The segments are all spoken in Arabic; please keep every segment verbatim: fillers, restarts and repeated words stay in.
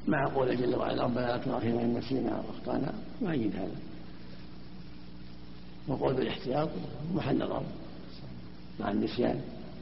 مع قوله جل وعلا ربنا لا تؤاخذنا إن نسينا أو أخطأنا يؤيد هذا. وقول بالاحتياط محل نظر مع النسيان،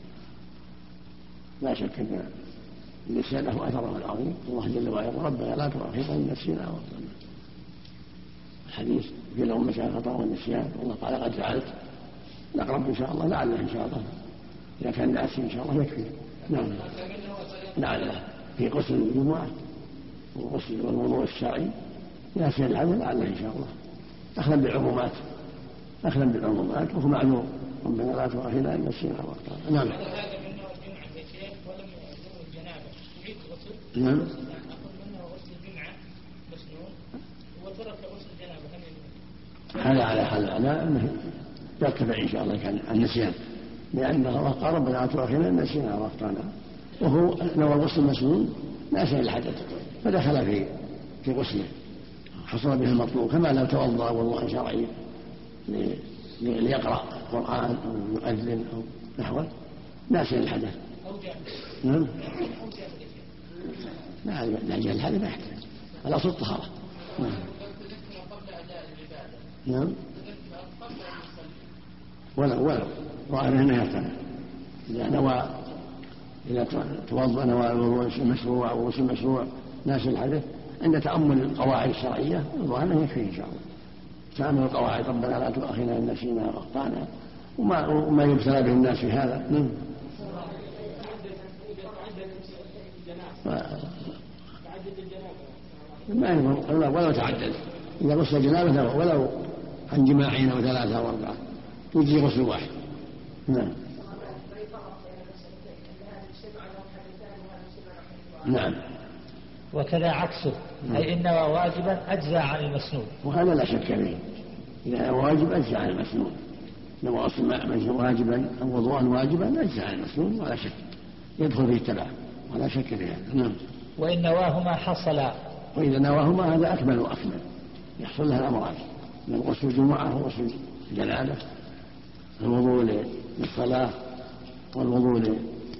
لا شك أن النسيان له أثره العظيم. الله جل وعلا ربنا لا تؤاخذنا إن نسينا أو أخطأنا، الحديث في الأمة خطأ والنسيان، والله قال قد فعلت. الأقرب إن شاء الله لعله إن شاء الله إذا كان ناسي إن شاء الله يكفي. نعم لعله في غسل الجمعة والغسل والوضوء الشرعي ناسي العمل لعله إن شاء الله أخذا بالعمومات أخذا بالعمومات وهو معلوم ربنا لا تؤاخذنا إن نسينا أو أخطأنا. نعم. نعم. هذا على حال الأعلى أنه يرتفع إن شاء الله كان النسيان، لأن الله قال ربنا لا تؤاخذنا إن نسينا أو أخطأنا، وهو نوى الغسل المسنون ناسيا الحدث فدخل في في غسله حصل به المطلوب، كما لو توضأ وضوءا شرعي ليقرأ القرآن أو يؤذن أو نحوه ناسيا الحدث. نعم. لا لا جهل الحدث ما يحتاج، الأصل الطهارة. نعم. نعم. ولو ولو ظاهره انه يرتفع اذا نوى اذا توضا نوى الوضوء المشروع او الغسل المشروع ناسي الحدث عند تامل القواعد الشرعيه الظاهر انه يكفي ان شاء الله. تامل القواعد ربنا لا تؤاخذنا ان نسينا واخطانا وما وما يبتلى به الناس في هذا. نعم. ما ينظر ولو تعدد اذا غسل جنابه ولو عن جماعين او ثلاثه او اربعه يجزي غسل واحد. نعم. نعم. وكذا عكسه أي إنما واجبا أجزى عن المسنون، وهذا لا شك فيه، إذا واجب أجزى عن المسنون، لو أصل واجبا أو وضوءا واجبا أجزى عن المسنون ولا شك يدخل فيه التبع ولا شك في هذا. نعم. وإن نواهما حصلا، وإذا نواهما هذا أكمل وأكمل يحصل لها الأمران من غسل الجمعة وغسل الجنابة، الوضوء للصلاة والوضوء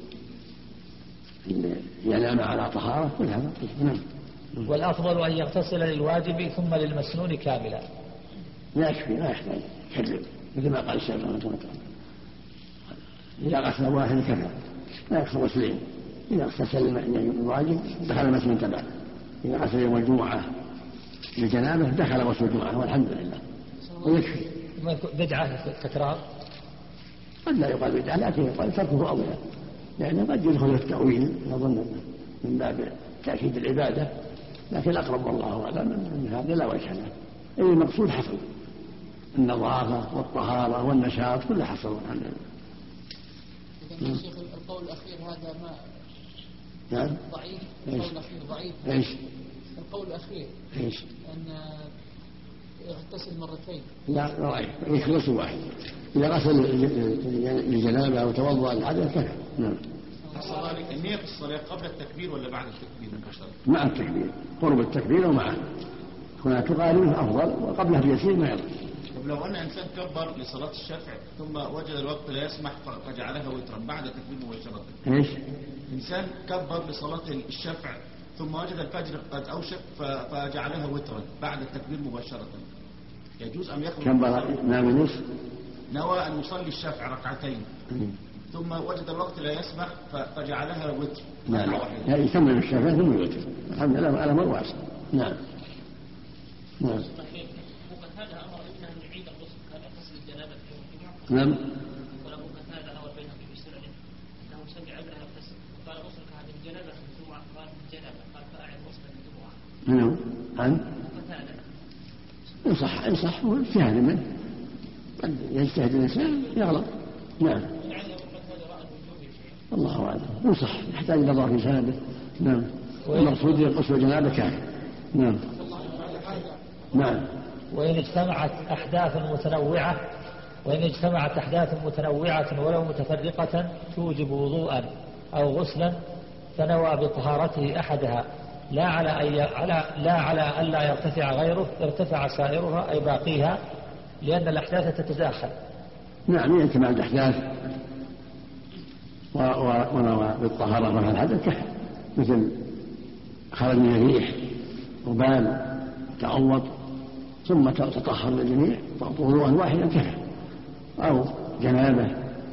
ينام على طهارة كل هذا. نعم. والأفضل أن يغتسل للواجب ثم للمسنون كاملا. لا يكفي لا يحتاج كذب مثل ما قال الشيخ رحمه الله إذا غسل واحد كفى لا يغسل غسلين، إذا اغتسل الواجب دخل المسنون تبعه، إذا غسل يوم الجمعة للجنابة دخل غسل الجمعة والحمد لله ويكفي. بدعة تكرار قد لا يقال بدعة لكن يقال تركه أولى، لأنه قد يدخل في التأويل نظن من باب تأكيد العبادة، لكن الأقرب والله أعلم أن هذا لا وجه له. أي المقصود حصل النظافة والطهارة والنشاط كل حصل. إذن يا شيخ القول الأخير هذا ما نعم ضعيف. القول الأخير ضعيف. إيش؟ القول الأخير إيش؟ أن يغتسل مرتين. لا ضعيف، يغسل واحد إذا غسل للجنابة أو توضأ الحدث كفى. نعم. النية في الصلاة قبل التكبير ولا بعد التكبير مباشرة؟ مع التكبير، قرب التكبير ومعه، هنا تقارنه أفضل وقبله بيسير ما يضر. طب لو أن إنسان كبر لصلاة الشفع ثم وجد الوقت لا يسمح فجعلها وترا بعد التكبير مباشرة. إيش؟ إنسان كبر لصلاة الشفع ثم وجد الفجر قد أوشك فجعلها وترا بعد التكبير مباشرة، يجوز أم يخرج؟ كبر نام ونصف، نوى أن يصلي الشفع ركعتين ثم وجد الوقت لا يسمح فجعلها وتر. نعم يعني يتمم الشفع ثم يوتر. الحمد لله على مر واسع. نعم. نعم. هذا أمر ابنه أن يعيد الغسل هذا غسل الجنابة في يوم الجمعة. نعم. ولو هذا هو البيهقي في سننه أنه سمع ابنه يغتسل قال غسلك هذه الجنابة في الجمعة قال الجنابة قال فأعد غسل الجمعة. نعم. عن؟ إن صح إن صح هو اجتهاد منه، قد يجتهد الإنسان يغلط. نعم. الله أعلم. إن صح يحتاج إلى ضعف سنده. نعم. المقصود يغسل جنابه كامل. نعم. نعم. وإن اجتمعت أحداث متنوعة وإن اجتمعت أحداث متنوعة ولو متفرقة توجب وضوءا أو غسلا فنوى بطهارته أحدها لا على أي على لا على ألا يرتفع غيره ارتفع سائرها أي باقيها، لأن الأحداث تتداخل. نعم يجتمع الأحداث ونوى بالطهارة رفع الحدث كفى، مثل خرج من الريح وبال تعوض ثم تطهر للجميع وضوءا واحدا كفى، أو جنابه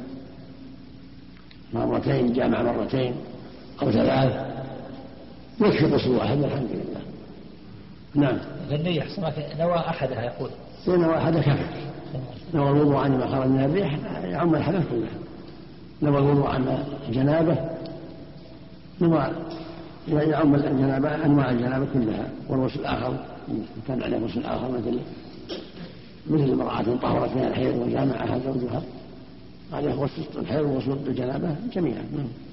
مرتين جامع مرتين أو ثلاث يكفي غسل واحد والحمد لله. نعم. النية حسنك نوى أحدها يقول. نوى أحدها كفى. نوى الوضوء عما خرج من الريح يعم الحدث كله. نوى الوضوء عن جنابه نوى يعم الجنابه أنواع الجنابه كلها، والغسل الآخر كان عليه غسل آخر مثل مثل امرأة طهرت من الحيض وجامعها زوجها عليه غسل الحيض وغسل الجنابه جميعا.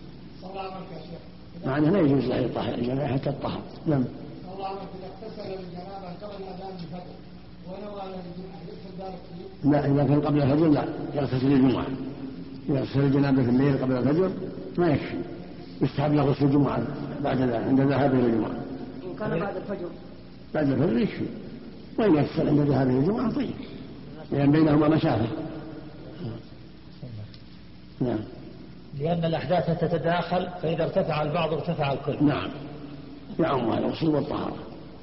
مع أنه لا يجوز له يطهر الجنابه حتى الطهر. نعم. الله عنك إذا اغتسل الجنابة قبل أذان الفجر ونوى الجمعة يدخل ذلك فيه؟ لا، إذا كان قبل الفجر لا يغتسل الجمعة. إذا اغتسل الجنابة في الليل قبل الفجر ما يكفي، يستحب له غسل الجمعة بعد ذلك عند ذهابه إلى الجمعة. إن كان بعد الفجر بعد الفجر يكفي، وإن يغتسل عند ذهابه إلى الجمعة طيب، لأن بينهما مسافة. نعم. لأن الأحداث تتداخل، فإذا ارتفع البعض ارتفع الكل. نعم، يعم الغسل والطهارة.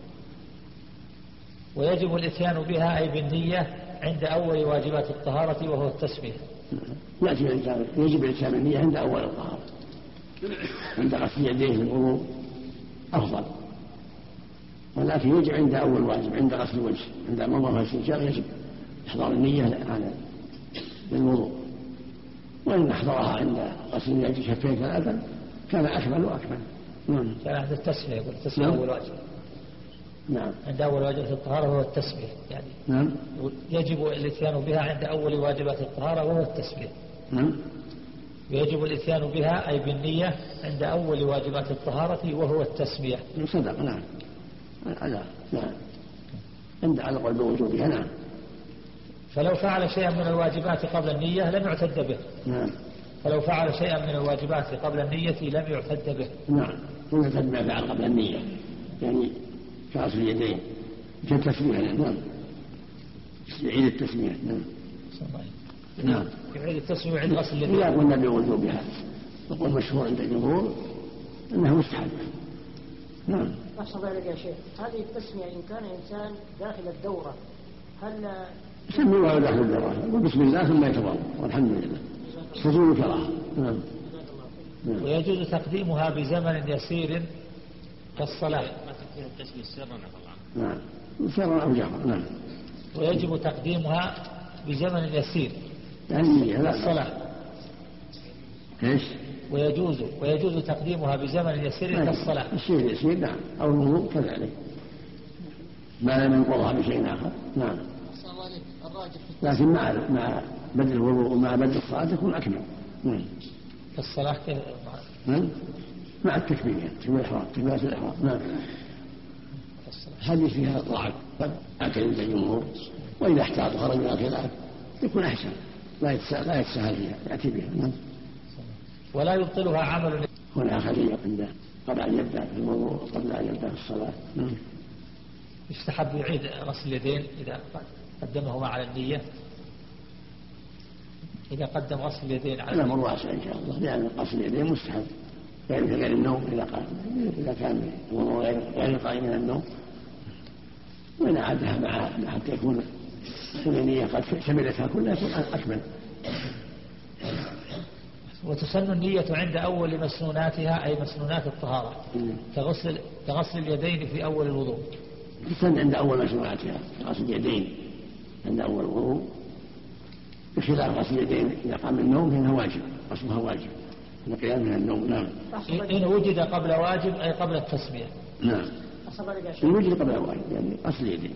ويجب الإتيان بها أي بالنية عند أول واجبات الطهارة وهو التسمية. يجب الإتيان بالنية عند أول الطهارة، عند غسل يديه للوضوء أفضل، ولكن يجب عند أول واجب عند غسل الوجه، عند مضمضة والاستنشاق يجب إحضار النية للوضوء، وإن أحضرها عند غسل الشفتين ثلاثا كان أكمل وأكمل. نعم. كان عند التسمية يقول التسمية نعم. أول واجب. نعم. عند أول واجبات الطهارة وهو التسمية يعني. نعم. يجب الإتيان بها عند أول واجبات الطهارة وهو التسمية. نعم. ويجب الإتيان بها أي بالنية عند أول واجبات الطهارة وهو التسمية. صدق. نعم. على نعم. عند على قول بوجوبها. نعم. فلو فعل شيئا من الواجبات قبل النية لم يعتد به. نعم. فلو فعل شيئا من الواجبات قبل النية لم يعتد به. نعم. لم يعتد ما فعل قبل النية، يعني كغسل اليدين كالتسمية. نعم. يعيد التسمية. نعم. نعم. يعيد التسمية ويعيد غسل اليدين. لا قلنا بوجوبها، يقول مشهور عند الجمهور أنه مستحب. نعم. أحسن ذلك يا شيخ، هذه التسمية إن كان إنسان داخل الدورة هل يسمي وهو داخل الدورة يقول بسم الله ثم يتوضأ والحمد لله تزول كراهة. نعم. ويجوز تقديمها بزمن يسير كالصلاة. ما تكون التسمية سرا طبعا. نعم. سرا أو جهرا. نعم. ويجب تقديمها بزمن يسير يعني كالصلاة. ايش؟ ويجوز ويجوز تقديمها بزمن يسير كالصلاة. يسير يسير نعم، أو الوضوء كذلك ما لم ينقضها بشيء آخر. نعم. لكن مع مع بدء الوضوء ومع بدء الصلاة يكون أكمل. نعم. كالصلاة كيف؟ نعم. مع التكبير تكبير الإحرام تكبيرة الإحرام. نعم. هذه فيها ضعف أكل عند الجمهور، وإذا احتاط وخرج من الخلاف يكون أحسن، لا يتساهل لا يتساهل فيها يأتي بها. نعم. ولا يبطلها عمل. هنا خلية عنده قبل أن يبدأ في الوضوء قبل أن يبدأ في الصلاة. نعم. يستحب يعيد غسل اليدين إذا قدمهما على النية، إذا قدم غسل اليدين على الأمر واسع إن شاء الله، لأن غسل اليدين مستحب يعني في غير النوم إذا قام إذا كان الوضوء غير غير قائم من النوم، وإن عادها مع حتى يكون النية قد شملتها كلها يكون أكمل. وتسن النية عند أول مسنوناتها أي مسنونات الطهارة كغسل كغسل اليدين في أول الوضوء. تسن عند أول مسنوناتها غسل اليدين عند أول الوضوء، بخلاف غسل اليدين إذا قام من النوم فإنها واجب، غسلها واجب القيام من النوم. نعم. إن وجد قبل واجب أي قبل التسمية. نعم. إن وجد قبل واجب يعني غسل اليدين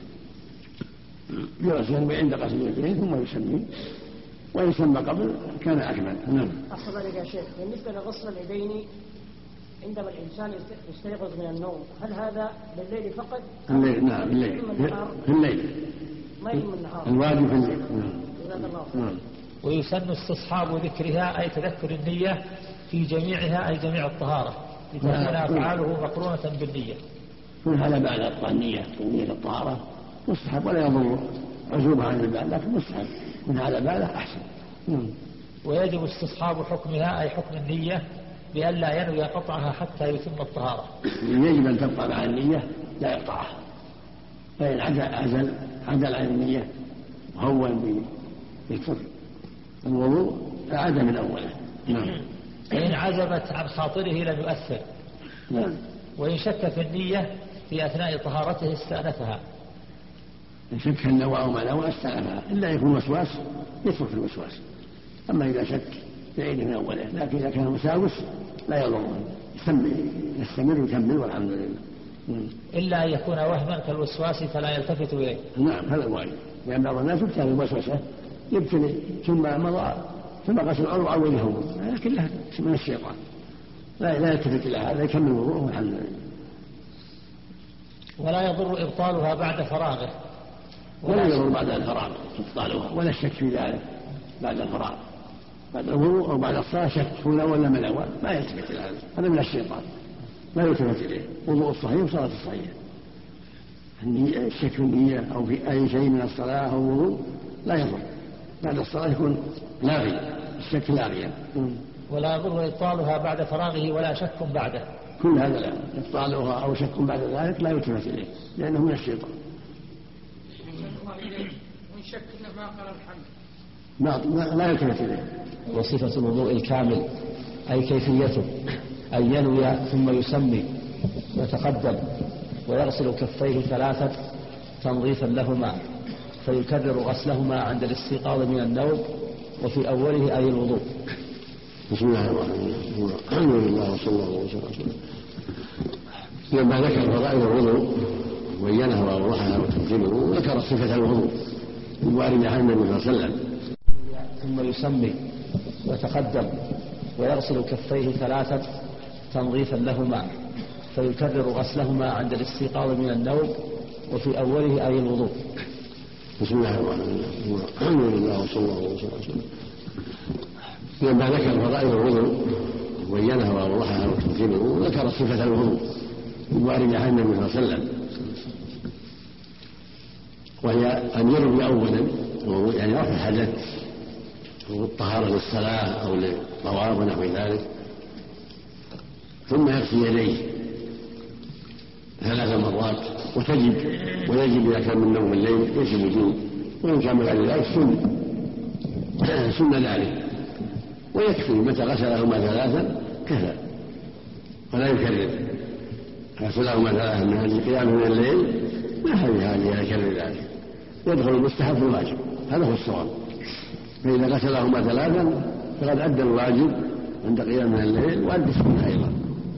يغسل عند غسل اليدين ثم يسمي، ويسمى قبل كان أكمل. نعم. أحسن ذلك يا شيخ، بالنسبة لغسل اليدين عندما الإنسان يستيقظ من النوم هل هذا بالليل فقط؟ الليل. نعم بالليل في الليل ما يهم النهار. الواجب في الليل. نعم. نعم. ويسن استصحاب ذكرها أي تذكر النية في جميعها أي جميع الطهارة لتكون أفعاله مقرونة بالنية. كل هذا بعد النية نية الطهارة مستحب ولا يضر عزوبها عن البال، لكن مستحب من هذا باله أحسن. مم. ويجب استصحاب حكمها أي حكم النية بأن لا ينوي قطعها حتى يتم الطهارة. يجب أن تبقى مع النية لا يقطعها، فإن عزل عدل عن النية وهون بالفر الوضوء فعاد من أوله. نعم. فإن عزبت عن خاطره لم يؤثر. نعم. وإن شك في النية في أثناء طهارته استأنفها. إن شك النوى أو ما نوى استأنفها، إلا يكون وسواس يترك الوسواس. أما إذا شك يعيد من أوله، لكن إذا كان وساوس لا يضره، يستمر ويكمل والحمد لله. إلا أن يكون وهما كالوسواس فلا يلتفت إليه. نعم هذا الواجب، لأن بعض الناس يبتلى الوسوسة يبتلي ثم مضى ثم غسل العضو أو وجهه، لكن له من الشيطان، لا لا يلتفت إلى هذا، يكمل وضوءه والحمد لله. ولا يضر إبطالها بعد فراغه. ولا يضر بعد الفراغ إبطالها، ولا الشك في ذلك بعد الفراغ، بعد الوضوء أو بعد الصلاة شك هنا ولا منوى، ما يلتفت إلى هذا، هذا من الشيطان، لا يلتفت إليه. وضوء الصحيح وصلاة الصحيح. الشك في النية أو في أي شيء من الصلاة أو الوضوء لا يضر، بعد الصلاة يكون لاغي، الشك لاغيا. ولا يضر إبطالها بعد فراغه ولا شك بعده. كل هذا لا، إبطالها أو شك بعد ذلك لا يلتفت إليه لأنه من الشيطان. وإن شك ما قال الحمد لا, لا يلتفت إليه. وصفة الوضوء الكامل أي كيفيته أن ينوي ثم يسمي ويتقدم ويغسل كفيه ثلاثة تنظيفا لهما، فيكرر غسلهما عند الاستيقاظ من النوم وفي أوله أي الوضوء. بسم الله الرحمن الرحيم. الحمد لله وصلى الله وسلم. لما ذكر فضائل الوضوء وبينها وأوضحها وتمثيله ذكر صفة الوضوء الواردة عن النبي صلى الله عليه وسلم. ثم يسمي ويتقدم ويغسل كفيه ثلاثة تنظيفا لهما، فيكرر غسلهما عند الاستيقاظ من النوم وفي أوله أي الوضوء. بسم الله الرحمن الرحيم. الحمد لله وصلى الله وسلم. لما ذكر فضائل الوضوء وبينها وأوضحها وتمثيله ذكر صفة الوضوء الواردة عن النبي صلى الله عليه وسلم، وهي أن يروي أولا يعني رفع الحدث أو الطهارة للصلاة أو للطواف ونحو ذلك، ثم يغسل يديه ثلاث مرات، وتجب ويجب إذا كان من نوم الليل يجب وجوب، وإن كان من غير ذلك سنة سنة ذلك، ويكفي متى غسلهما ثلاثا كفى ولا يكرر. غسلهما ثلاثا من هذه القيام من الليل ما هذه هذه يكرر ذلك، يدخل المستحب في الواجب، هذا هو الصواب. فإذا غسلهما ثلاثا فقد أدى الواجب عند قيام من الليل وأدى السنة أيضا.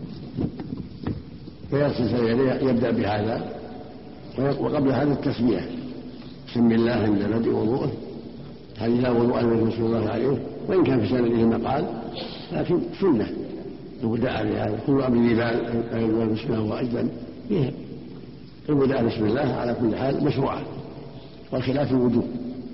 فيغسل يديه يبدأ بهذا، وقبل هذا التسمية بسم الله عند بدء وضوءه، هذه لا وضوء النبي صلى الله عليه، وإن كان في سنده مقال لكن سنة البداء بهذا. كل أمر ذي بال بسم الله وأجبا فيها البداء بسم الله على كل حال مشروعة، والخلاف الوجوب.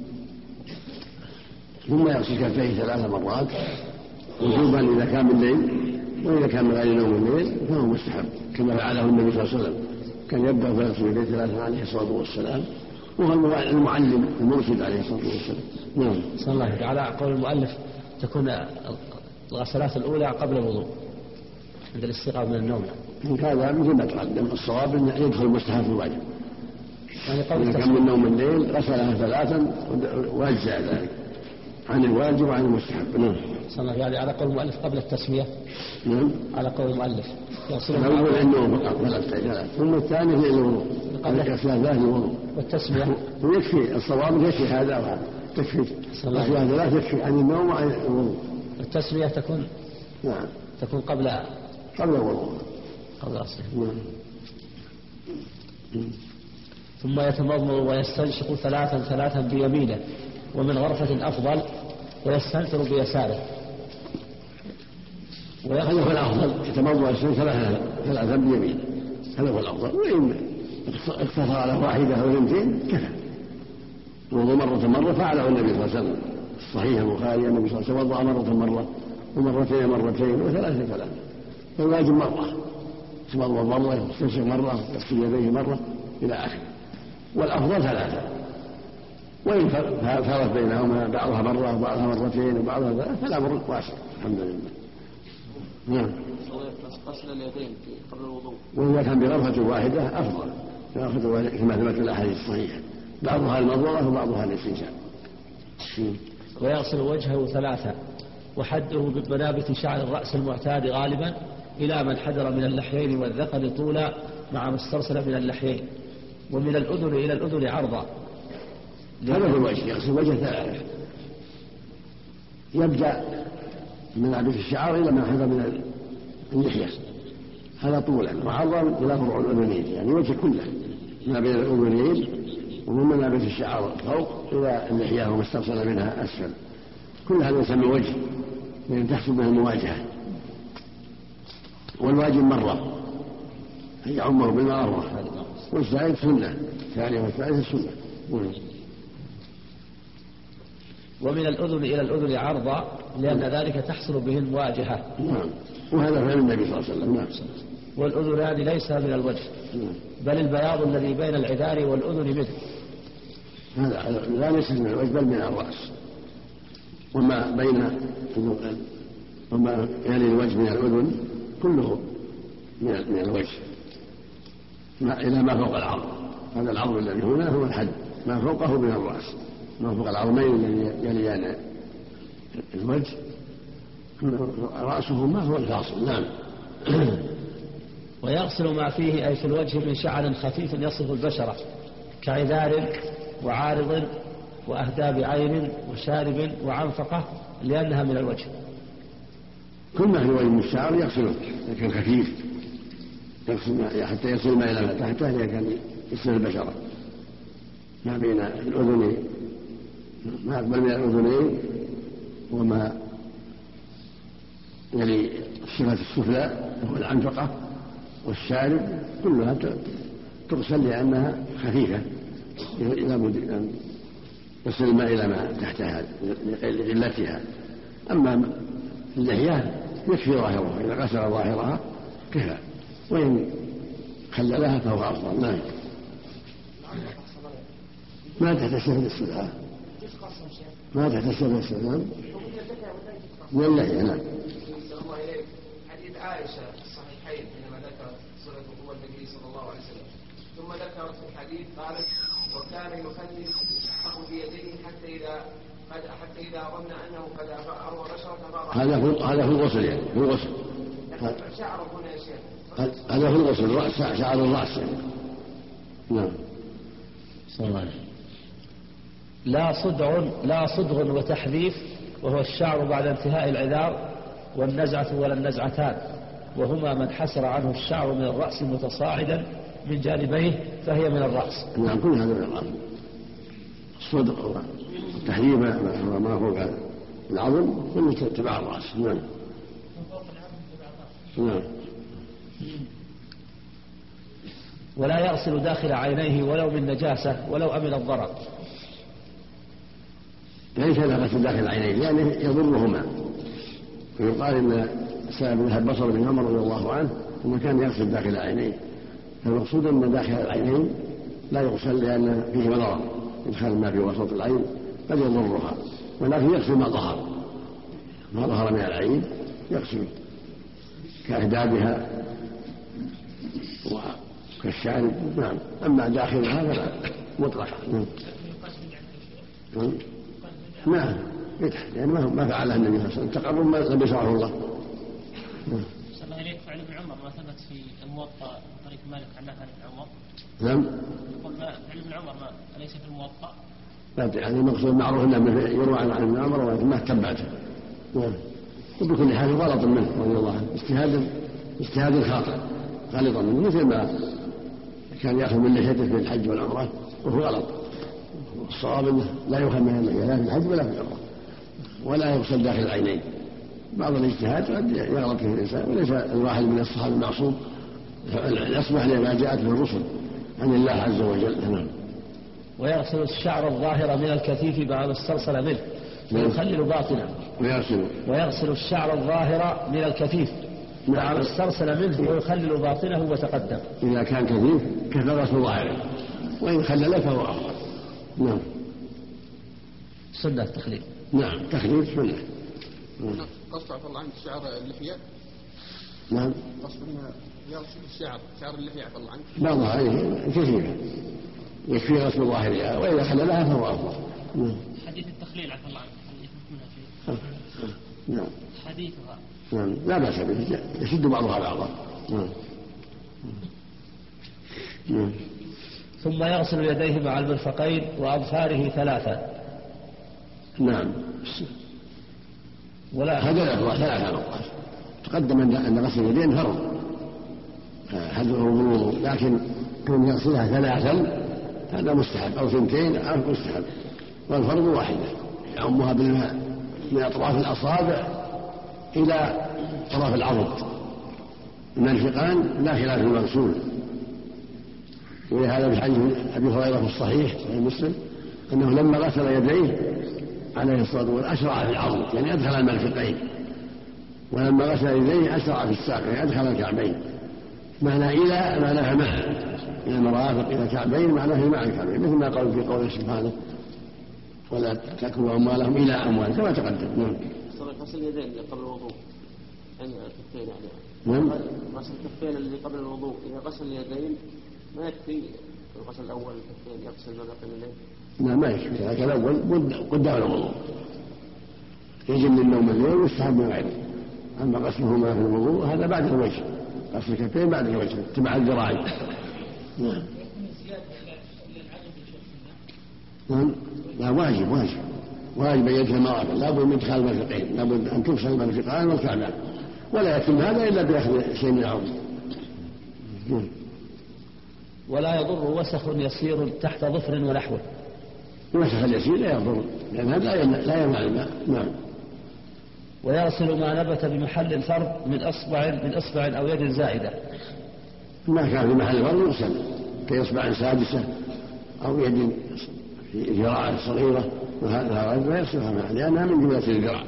ثم يغسل كفيه ثلاث مرات وجوبا إذا كان من الليل، وإذا كان من غير نوم الليل فهو مستحب كما فعله النبي صلى الله عليه وسلم، كان يبدأ فيغسل يديه ثلاثا عليه الصلاة والسلام، وهو المعلم المرشد عليه الصلاة والسلام. نعم. صلى الله عليه. على قول المؤلف تكون الغسلات الأولى قبل الوضوء عند الاستيقاظ من النوم. هذا مثل ما تقدم، الصواب أن يدخل المستحب في الواجب، يعني قبل إذا كان من نوم الليل غسلها ثلاثا وأجزاء ذلك عن الواجب وعن المستحب. نعم. صلى الله عليه. على قول المؤلف قبل التسمية. نعم. على قول المؤلف الأول النوم فقط ثلاث، ثم الثاني هي الوضوء قبل غسلها الوضوء والتسمية، ويكفي الصواب يكفي هذا وهذا، تكفي غسلها ثلاث يكفي عن النوم وعن الوضوء. التسمية تكون نعم تكون قبل قبل الوضوء قبل غسله. نعم. ثم يتمضمض ويستنشق ثلاثا ثلاثا بيمينه، ومن غرفة أفضل، ويستنثر بيساره. هذا هو الأفضل، يتمضمض ويستنثر ثلاثا ثلاثا بيمينه، هذا هو الأفضل. وإن اقتصر على واحدة أو اثنتين كفى. الوضوء مرة مرة فعله النبي صلى الله عليه وسلم، صحيح البخاري النبي صلى الله عليه وسلم وضع مرة مرة ومرتين مرتين وثلاثة ثلاثة، فالواجب مرة، يتمضمض مرة يستنشق مرة يغسل يديه مرة إلى آخره، والأفضل ثلاثة. وإن فرق بينهما بعضها مرة وبعضها مرتين وبعضها ثلاثة فالأمر واسع الحمد لله. نعم. غسل اليدين قبل الوضوء. وإذا كان بغرفة واحدة أفضل، بغرفة واحدة كما ثبت في الأحاديث الصحيحة، بعضها المضمضة وبعضها الاستنشاق. ويغسل وجهه ثلاثة، وحده بمنابت شعر الرأس المعتاد غالبا إلى من حدر من اللحيين والذقن طولا مع ما استرسل من اللحيين، ومن الأذن إلى الأذن عرضا. هذا هو الوجه، يغسل وجهه ثلاثة، يبدأ من منابت الشعر إلى من حدر من اللحية، هذا طولا، وعرضا إلى فروع الأذنين، يعني وجه كله ما بين الأذنين، ومن منابت الشعر فوق إلى اللحية وما استرسل منها أسفل، كل هذا يسمى وجه، لأن تحصل به المواجهة. والواجب مرة أن يعمر بالمرة، والزائد سنة، الثانية والثالثة سنة. ومن الأذن إلى الأذن عرضا، لأن ذلك تحصل به المواجهة. نعم، وهذا فعل النبي صلى الله عليه وسلم. نعم. والأذنان ليس من الوجه، بل البياض الذي بين العذار والأذن منه. هذا لا ليس من الوجه بل من الرأس، وما بين وما يلي الوجه من الأذن كله من الوجه ما إلى ما فوق العرض. هذا العرض الذي هنا هو الحد، ما فوقه من الرأس، ما فوق العظمين الذي يليان الوجه رأسه ما هو الفاصل. نعم. ويغسل ما فيه أي في الوجه من شعر خفيف يصف البشرة كعذار وعارض وأهداب عين وشارب وعنفقة، لأنها من الوجه. كل ما في الوجه من الشعر يغسله، لكن خفيف، يغسل حتى يصل ما إلى ما تحته، لكن يصل البشرة ما بين الأذنين، ما أقبل من الأذنين وما يلي الشفة السفلى وهو العنفقة والشارب، كلها تغسل لأنها خفيفة، إلى أن يصل الماء إلى ما تحتها لقلتها. أما اللحية يكفي ظاهرها، إذا غسل ظاهرها كفى، وإن خللها فهو أفضل. نعم. ما تحت السفل السفلى، ما تحت السفل السفلى من اللحية. نعم. حديث عائشة في الصحيحين حينما ذكرت صلة وضوء النبي صلى الله عليه وسلم، ثم ذكرت في الحديث قالت وكان يخلل حقه بيديه حتى إذا حتى إذا ظن أنه قد أروى بشرة. هذا هو هذا هو الغسل، يعني هو الغسل. شعره هنا يا شيخ. هذا هو الغسل، الرأس، شعر الرأس يعني. نعم. صلى الله عليه وسلم. لا صدع لا صدغ وتحذيف، وهو الشعر بعد انتهاء العذار، والنزعة ولا النزعتان، وهما من حسر عنه الشعر من الرأس متصاعدا من جانبيه فهي من الرأس. نعم، كل هذا من الرأس. الصدغ والتحذيف ما فوق العظم كله تبع الرأس. نعم. نعم. ولا يغسل داخل عينيه ولو من نجاسة ولو أمن الضرر. ليس له غسل داخل العينين لأنه يعني يضرهما، ويقال إن سبب ذهب بصر بن عمر رضي الله عنه أنه كان يغسل داخل العينين، فالمقصود أن داخل العينين لا يغسل لأن فيه ضرر، إدخال الماء في وسط العين قد يضرها، ولكن يغسل ما ظهر ما ظهر من العين يغسل كأهدابها وكالشعر. نعم. أما داخلها فلا مطلقا. نعم. نعم يتحت، يعني ما فعلها النبي صلى الله عليه وسلم، تقرب ما لم يشرعه الله. نعم. صلى الله عليه فعل ابن عمر ما ثبت في الموطأ طريق مالك عن نافع بن عمر. نعم. يقول ما فعل ابن عمر ما أليس في الموطأ؟ لا، يعني المقصود معروف أنه يروى عن ابن عمر ولكن ما تبعته. نعم. وبكل حال غلط منه رضي الله عنه، اجتهاد اجتهاد خاطئ غلط منه، مثل ما كان يأخذ من لحيته في الحج والعمرة وهو غلط. الصواب انه لا يؤخذ من اللحية لا في الحج ولا في العمرة، ولا يغسل داخل العينين. بعض الاجتهاد قد يغلط فيه الانسان، وليس الواحد من الصحابه المعصوم، يصبح لما جاءت به الرسل عن الله عز وجل. نعم. ويغسل الشعر الظاهر من الكثيف بعد استرسل منه ويخلل باطنه. ويغسل ويغسل الشعر الظاهر من الكثيف بعد استرسل منه ويخلل باطنه وتقدم. اذا كان كثيف كفى غسل ظاهره، وان خلل فهو افضل. نعم. سنة التخليل. نعم، تخليل سنة. قصة عفى الله عنك شعر اللحية نعم. قصدنا يغسل الشعر شعر اللحية عفى الله عنك. بعضها عليه كثيرا يكفي غسل ظاهرها وإذا خللها فهو أفضل. نعم. حديث التخليل عفى الله عنك هل يحكمونها فيه؟ نعم. حديثها. نعم لا بأس به يشد بعضها بعضا. نعم. نعم. ثم يغسل يديه مع المرفقين وأظفاره ثلاثة. نعم. ولا هذا الأفضل ثلاثة مرات. تقدم أن غسل اليدين فرض هذا الوضوء، لكن كون يغسلها ثلاثا هذا مستحب أو ثنتين أو مستحب، والفرض واحدة يعمها بالماء من أطراف الأصابع إلى طرف العضد المرفقان لا خلاف المغسول. ولهذا في حديث أبي هريرة في الصحيح صحيح مسلم أنه لما غسل يديه عليه الصلاة والسلام أشرع في العضد يعني أدخل المرفقين، ولما غسل يديه أشرع في الساق يعني أدخل الكعبين. معنى إلى معناها مع من المرافق إلى الكعبين معناها مع الكعبين، مثل ما قال في قوله سبحانه ولا تأكلوا أموالهم إلى أموال كما تقدم. نعم. غسل اليدين قبل الوضوء يعني الكفين يعني. نعم. غسل الكفين الذي قبل الوضوء إذا غسل اليدين ما يكفي الغسل الأول الكفين يغسل ما بقي الليل. لا ما يكفي، لكن الأول قدام الوضوء يجب من النوم الليل ويستحب من غيره. أما غسلهما في الوضوء هذا بعد الوجه، غسل الكفين بعد الوجه اتباع الذراعين. نعم. نعم لا واجب واجب واجب أن يدخل المرافق، لابد من إدخال المرفقين، لابد أن تغسل المرفقان والكعبان، ولا يتم هذا إلا بأخذ شيء من العظم. ولا يضر وسخ يسير تحت ظفر ونحوه. الوسخ اليسير لا يضر لأن هذا لا يمنع الماء. نعم. ويغسل ما نبت بمحل الفرد من أصبع من أصبع أو يد زائدة. ما كان في محل الفرد يغسل كإصبع سادسة أو يد في ذراع صغيرة وهذا لا يغسلها معه لأنها من جملة الذراع.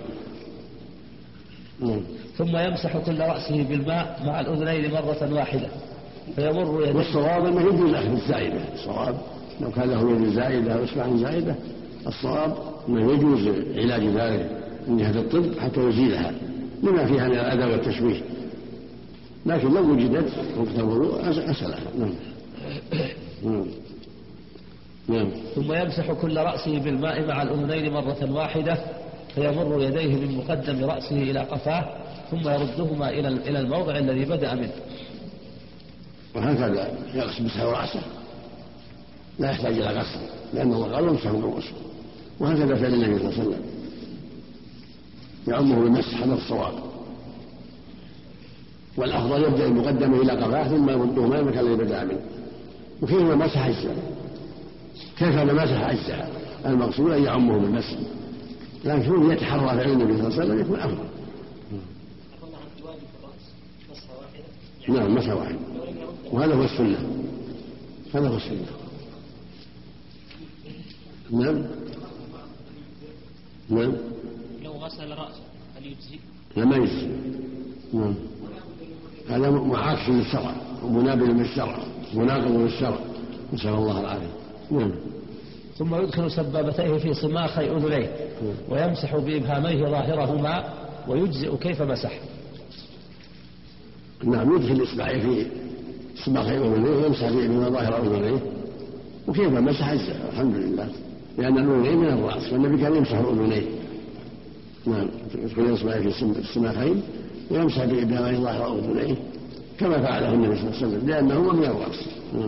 ثم يمسح كل رأسه بالماء مع الأذنين مرة واحدة فيمر يديه. والصواب أنه يجوز أخذ الزائدة. الصواب لو كان له يد زائدة أو إصبع زائدة الصواب أنه يجوز علاج ذلك من جهة الطب حتى يزيلها لما فيها من الأذى والتشويه، لكن لو وجدت وقت الوضوء غسلها. نعم. نعم. ثم يمسح كل رأسه بالماء مع الأذنين مرة واحدة فيمر يديه من مقدم رأسه إلى قفاه ثم يردهما إلى إلى الموضع الذي بدأ منه. وهكذا يغسل مسح رأسه لا يحتاج إلى غسل لأن الله قال يمسح بالرؤوس، وهكذا فعل النبي صلى الله عليه وسلم يعمه بالمسح هذا الصواب. والأفضل يبدأ المقدمة إلى قفاه ثم يردهما إلى المكان الذي بدأ منه. وكيفما مسح أجزاء كيفما مسح أجزاء المقصود أن يعمه بالمسح، لكن يتحرى فعل النبي صلى الله عليه وسلم يكون أفضل. نعم مسح واحد وهذا هو السنة، هذا هو السنة. نعم. نعم. لو غسل رأسه هل يجزي؟ لا ما يجزي. نعم. هذا معاكس للشرع ومنابذ للشرع مناقض للشرع، نسأل الله العافية. نعم. ثم يدخل سبابتيه في صماخي أذنيه ويمسح بإبهاميه ظاهرهما ويجزئ كيف مسح. نعم يدخل إصبعيه في صماخي أذنيه ويمسح بما ظاهر أذنيه وكيف مسح أجزاء الحمد لله، لأن الأذنين من الرأس والنبي كان يمسح الأذنين. نعم يدخل إصبعيه في الصماخين ويمسح بإبهاميه ظاهر أذنيه كما فعله النبي صلى الله عليه وسلم لأنهما من الرأس. نعم.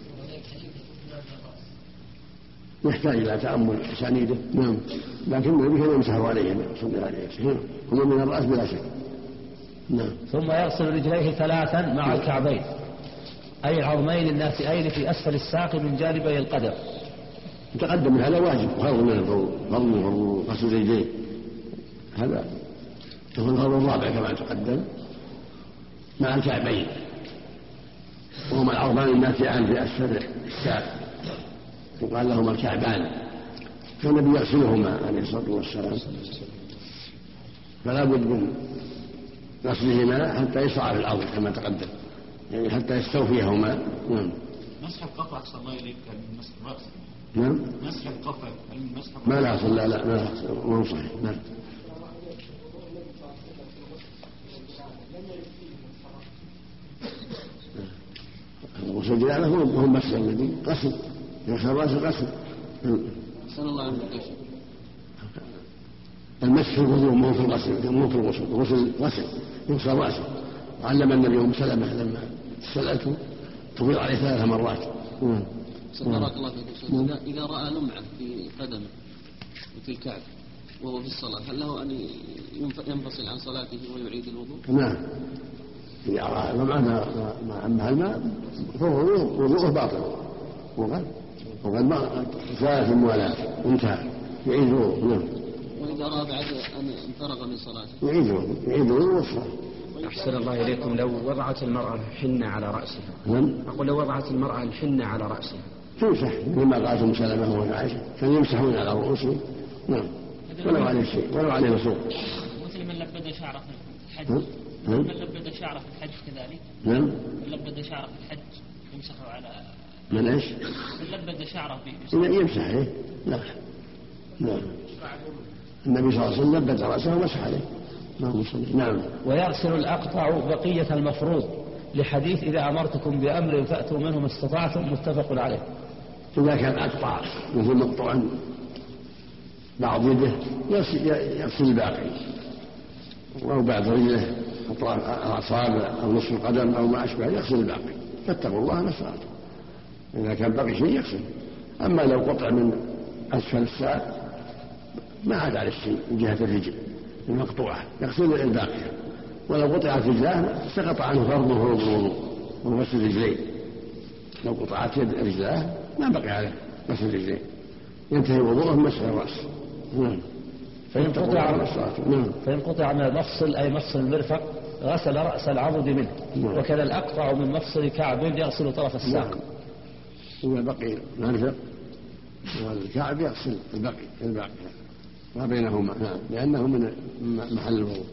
يحتاج إلى تأمل أسانيده. نعم لكن النبي كان يمسح عليهم صلى الله عليه وسلم هم من الرأس بلا شك. نعم. ثم يغسل رجليه ثلاثا مع الكعبين أي العظمين الناتئين في أسفل الساق من جانبي القدم. تقدم هذا واجب فرض من الفروض، فرض من الفروض غسل رجليه هذا هو الفرض الرابع كما تقدم مع الكعبين وهما العظمان الناتئان في أسفل الساق وقال لهما الكعبان، فالنبي يغسلهما عليه الصلاة والسلام فلا بد من غسلهما حتى يشرع في الأرض كما تقدم يعني حتى يستوفيهما. نعم. مسح القفا أحسن الله إليك من مسح الرأس. نعم. مسح القفا مسح ما لا أصل لا لا ما لا أصل مو صحيح. نعم. غسل الجنابة هو مسح الذي غسل يغسل راسه غسل. أحسن الله عنك. المسح الوضوء مو في الغسل مو في الغسل الغسل غسل يغسل راسه. علم النبي أم سلمة لما سألته تفيض عليه ثلاث مرات. بارك الله فيك. إذا إذا رأى لمعة في قدمه وفي الكعب وهو في الصلاة هل له أن ينفصل عن صلاته ويعيد الوضوء؟ نعم. إذا رأى لمعة ما عمها الماء فهو وضوءه باطل وقد وقد ما زالت الموالاة انتهى يعيد الوضوء. نعم. وإذا رأى بعد أن انفرغ من صلاته يعيد الوضوء يعيد الوضوء والصلاة. أحسن الله إليكم. لو وضعت المرأة الحنة على رأسها. نعم. أقول لو وضعت المرأة الحنة على رأسها تمسح مما قالت ام سلمة وعائشة كانوا يمسحون على رؤوسهم. نعم. ولو عليه شيء ولو عليه مسوق. مثل من لبد شعره في الحج. من لبد شعره في الحج كذلك. نعم. من لبد شعره في الحج يمسحه على. من ايش؟ من لبد شعره في. يمسح عليه. لا. نعم. النبي صلى الله عليه وسلم لبد رأسه ومسح عليه. نعم. ويغسل الأقطع بقية المفروض لحديث إذا أمرتكم بأمر فأتوا منه ما استطعتم متفق عليه. إذا كان أقطع مثل مقطوع بعض يده يغسل الباقي أو بعد رجله أطراف الأعصاب أو نصف القدم أو ما أشبه يغسل الباقي فاتقوا الله ما استطعتم. إذا كان باقي شيء يغسل. أما لو قطع من أسفل الساق ما عاد على الشيء من جهة الرجل المقطوعة يغسل الباقية. ولو قطعت رجلاه سقط عنه فرض فروض الوضوء وغسل الرجلين. لو قطعت يد رجلاه ما بقي عليه غسل الرجلين ينتهي وضوءه مسح الرأس. نعم. فإن قطع فإن قطع من المفصل أي مفصل المرفق غسل رأس العضد منه. نعم. وكذا الأقطع من مفصل كعب يغسل طرف الساق. إذا بقي المرفق والكعب يغسل البقي الباقي ما بينهما. نعم. لأنه من محل الوضوء.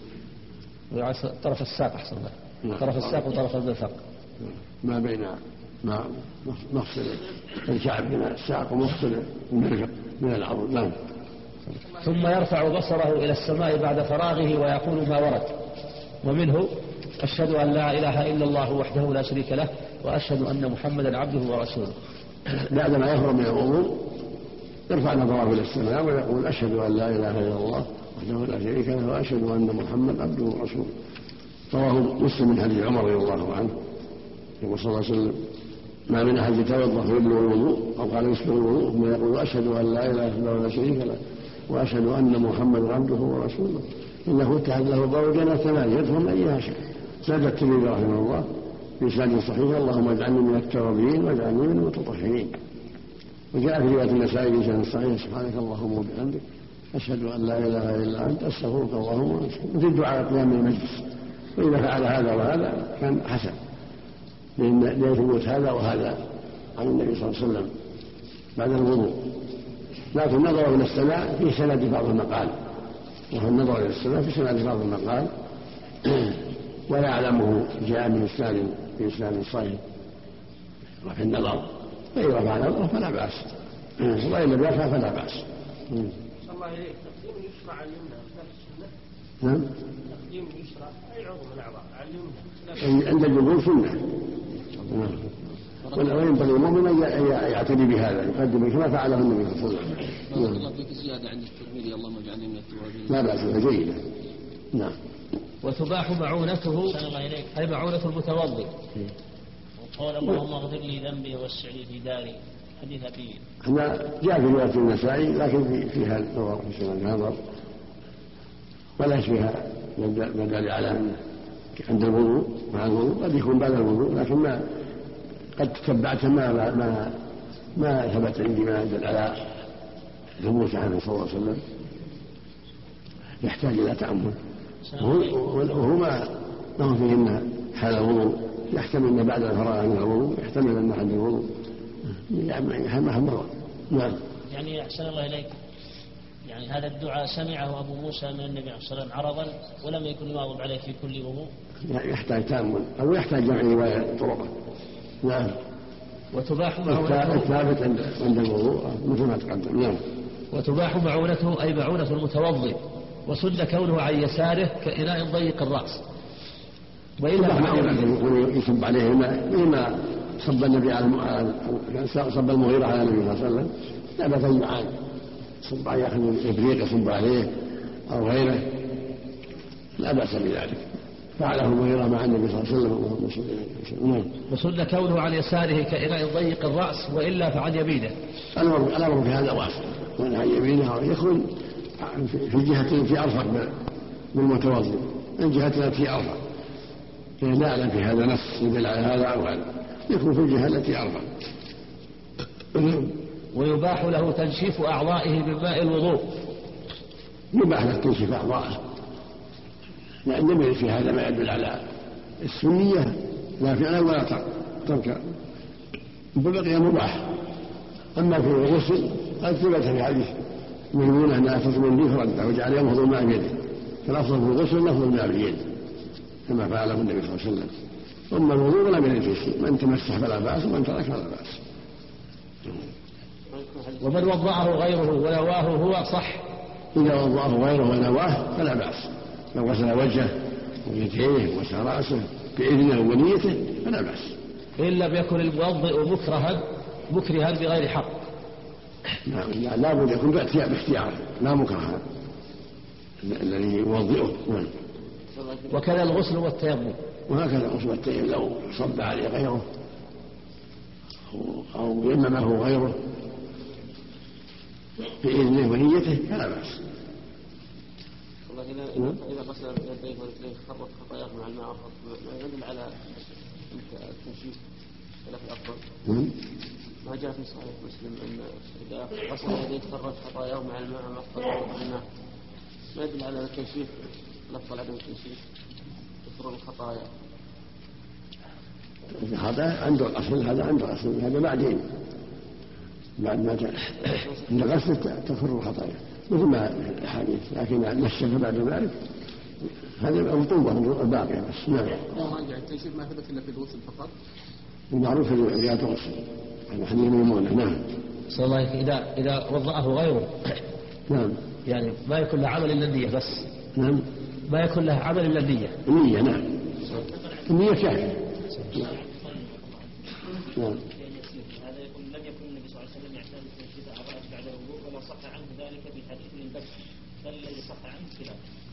طرف الساق أحسن الله. نعم. طرف الساق وطرف المرفق ما بين ما مفصل الكعب من الساق ومفصل المرفق من العضد. نعم. ثم يرفع بصره إلى السماء بعد فراغه ويقول ما ورد. ومنه أشهد أن لا إله إلا الله وحده لا شريك له وأشهد أن محمدا عبده ورسوله. بعدما يفرغ من الوضوء يرفع نظره إلى السماء ويقول أشهد أن لا إله إلا الله وحده لا شريك له وأشهد أن محمدا عبده ورسوله. رواه مسلم من حديث عمر رضي الله عنه يقول صلى الله عليه وسلم ما من أحد يتوضأ فيبلغ الوضوء أو قال يسبغ الوضوء ثم يقول أشهد أن لا إله إلا الله ولا شريك له وأشهد أن محمدا عبده ورسوله إنه اتخذ له الله جنة ثمانية يدخل من أيها شاء. زاد الترمذي رحمه الله بإسناد صحيح اللهم اجعلني من التوابين واجعلني من المتطهرين. وجاء في رواية النسائي بإسناد صحيح سبحانك اللهم وبحمدك أشهد أن لا إله إلا أنت أستغفرك اللهم وأتوب إليك. مثل دعاء قيام المجلس. وإذا فعل هذا وهذا كان حسن لأن ثبوت هذا وهذا عن النبي صلى الله عليه وسلم بعد الوضوء. لكن النظر إلى السماء في سند بعض المقال وهو النظر إلى السماء في سند بعض المقال ولا يعلمه جاء من إسناد في إسناد صحيح وفي النظر. فإذا رفع نظره فلا بأس وإن لم يرفع فلا بأس. الله إليك تقديم يشرع على اليمنى في السنة. نعم. تقديم يشرع أي عضو من الأعضاء على اليمنى عند الجمهور سنة. وينبغي المؤمن أن يعتني بهذا يقدم كما فعله النبي صلى الله عليه وسلم. بارك الله فيك. زيادة عند الترمذي اللهم اجعلني من التوابين. لا بأس جيدة. نعم. وتباح معونته أي معونة المتوضئ. وقال اللهم اغفر لي ذنبي ووسع لي في داري حديث أبي. هذا جاء في رواية النسائي لكن فيها نظر في سنن النظر ولا فيها مدل على أن عند الوضوء مع الوضوء قد يكون بعد الوضوء لكن ما قد تتبعت ما ما ما ثبت عندي ما يدل على ثبوت عنه صلى الله عليه وسلم يحتاج إلى تأمل. وهو ما هو فيه حال الوضوء يحتمل أن بعد الفراغ من الوضوء يحتمل أن عند الوضوء ما مر. نعم. يعني أحسن الله إليك يعني هذا الدعاء سمعه أبو موسى من النبي عليه الصلاة والسلام عرضا ولم يكن يواظب عليه في كل وضوء. يحتاج تأمل أو يحتاج جمع رواية طرقه. نعم. وتباح معونته الثابت عند الوضوء مثل ما تقدم. نعم. وتباح معونته أي معونة المتوضئ وسد كونه عن يساره كإناء ضيق الرأس. وإلا يصب عليه الماء مما صب النبي على صب المغيرة على النبي صلى الله عليه وسلم لا بأس أن يعان صب يأخذ إبريق يصب عليه أو غيره لا بأس بذلك فعله المغيرة مع النبي صلى الله عليه وسلم اللهم صل عليه وسلم. وسن كونه عن يساره كإناء ضيق الرأس وإلا فعن يمينه. الأمر في هذا واسع وأن عن يمينه يكون في جهة في أرفق من المتوضئ من جهة التي أرفق لا أعلم في هذا نص يدل على هذا أو هذا يكون في الجهة التي أرفق. ويباح له تنشيف أعضائه بماء الوضوء. يباح له تنشيف أعضائه لأن لم في هذا ما يدل على السنية لا فعلا ولا تركا بقي مباح. أما في الغسل قد ثبت في حديث ميمونة أنها تطمئن به فرده وجعل ينفض الماء بيده فالأفضل في الغسل نفض الماء بيده كما فعله النبي صلى الله عليه وسلم. ثم الوضوء لم يرد فيه شيء من تمسح فلا بأس ومن ترك فلا بأس. ومن وضعه غيره ونواه هو صح. إذا وضعه غيره ونواه فلا بأس لو غسل وجهه ويديه وغسل رأسه بإذنه ونيته فلا بأس إن لم يكن الموضئ مكرها مكرها بغير حق. نعم لا بد يكون باختيار لا مكرها الذي يوضئه. وكذا الغسل والتيمم. وهكذا الغسل والتيمم لو صب عليه غيره أو يممه غيره بإذنه ونيته فلا بأس. إذا غسل يديه ورجليه خرج خطاياه مع الماء ما يدل على التنشيف خلاف الأفضل. ما جاء في صحيح مسلم أن إذا غسل يديه خرج خطاياه مع الماء ما خرج مع الماء ما يدل على التنشيف الأفضل عدم التنشيف تفرغ الخطايا. هذا عنده الأصل هذا عنده الأصل هذا بعدين بعد ما جاء عند غسل تفر الخطايا مثل ما الحديث لكن نشف بعد ذلك هذا الرطوبة الباقية بس. نعم. التنشيف ما ثبت إلا في الغسل فقط. المعروف في رياض الغسل هذا حديث ميمونة. نعم. صلى الله عليه إذا إذا وضعه غيره. نعم. يعني ما يكون له عمل إلا النية بس. نعم. ما يكون له عمل إلا النية. النية نعم. النية كافية. نعم. هذا يقول لم يكن النبي صلى الله عليه وسلم يعتاد تنشيف أعضائه بعد الوضوء ولا صح عنه ذلك بحديث البكر بل الذي صح عنه خلاف.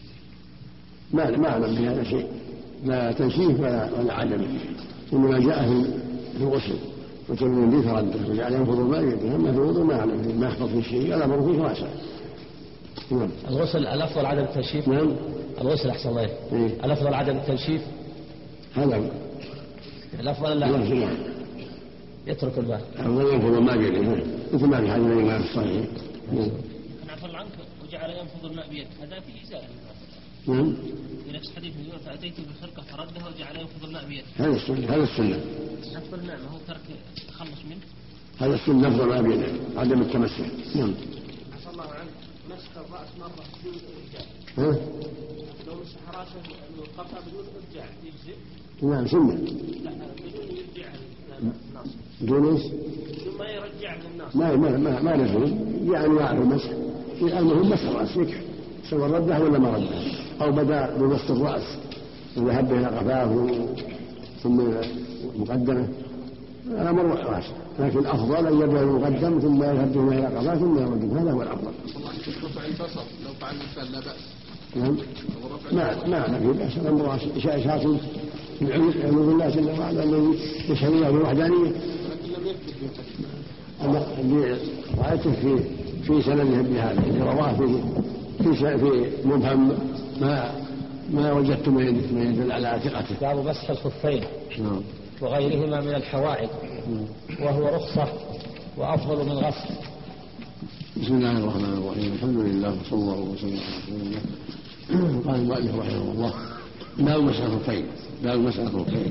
ما ما أعلم بهذا شيء لا تنشيف ولا ولا عدم إنما جاء في الغسل وتمن به فرده وجعل ينفض الماء بيده. أما في الوضوء ما أعلم ما يحفظ في شيء ولا أمر فيه واسع. نعم. الغسل الأفضل عدم التنشيف. نعم. الغسل أحسن الله. إيه؟ الأفضل عدم التنشيف. هذا الأفضل لا يترك الماء. الأفضل ينفض الماء بيده مثل ما في حديث الإمام الصحيح. أنا عفى عنك وجعل ينفض الماء بيده هذا في إزالة. نعم. في نفس حديث اليوم فأتيت بخرقة فردها وجعل ينفض الماء بيده. هذا السنة هذا السنة. نفض الماء ما هو ترك تخلص منه. هذا السنة نفض الماء بيده عدم التمسح. نعم. عفى الله عنك مسح الرأس مرة بدون إرجاع. ها؟ لو مسح رأسه من القفا بدون إرجاع يجزئ. نعم سنة. لا بدون يرجع الناس. بدون ايش؟ بدون ما يرجع من الناس. ما ما ما ما لزم يعني يعرف المسح المهم مسح الرأس يكفي سواء رده ولا ما رده أو بدأ ببسط الرأس وذهب إلى قفاه ثم مقدمه الأمر واسع لكن الأفضل أن يبدأ المقدم ثم يذهب بهما إلى قفاه ثم يرده هذا هو الأفضل. رفع البصر لو فعل الإنسان لا بأس. نعم. ما ما في بأس الأمر إشاعات من علم الله جل وعلا الذي يشهد له بالوحدانية. ولكن لم يكتب اللي رأيته في في سنده بهذا اللي رواه في في في مبهم ما ما وجدت ما يدل على ثقته. باب مسح الخفين نعم وغيرهما من الحواعد وهو رخصة وأفضل من غسل. بسم الله الرحمن الرحيم الحمد لله وصلى الله وسلم على رسول الله. قال المؤلف رحمه الله باب مسح الخفين باب مسح الخفين.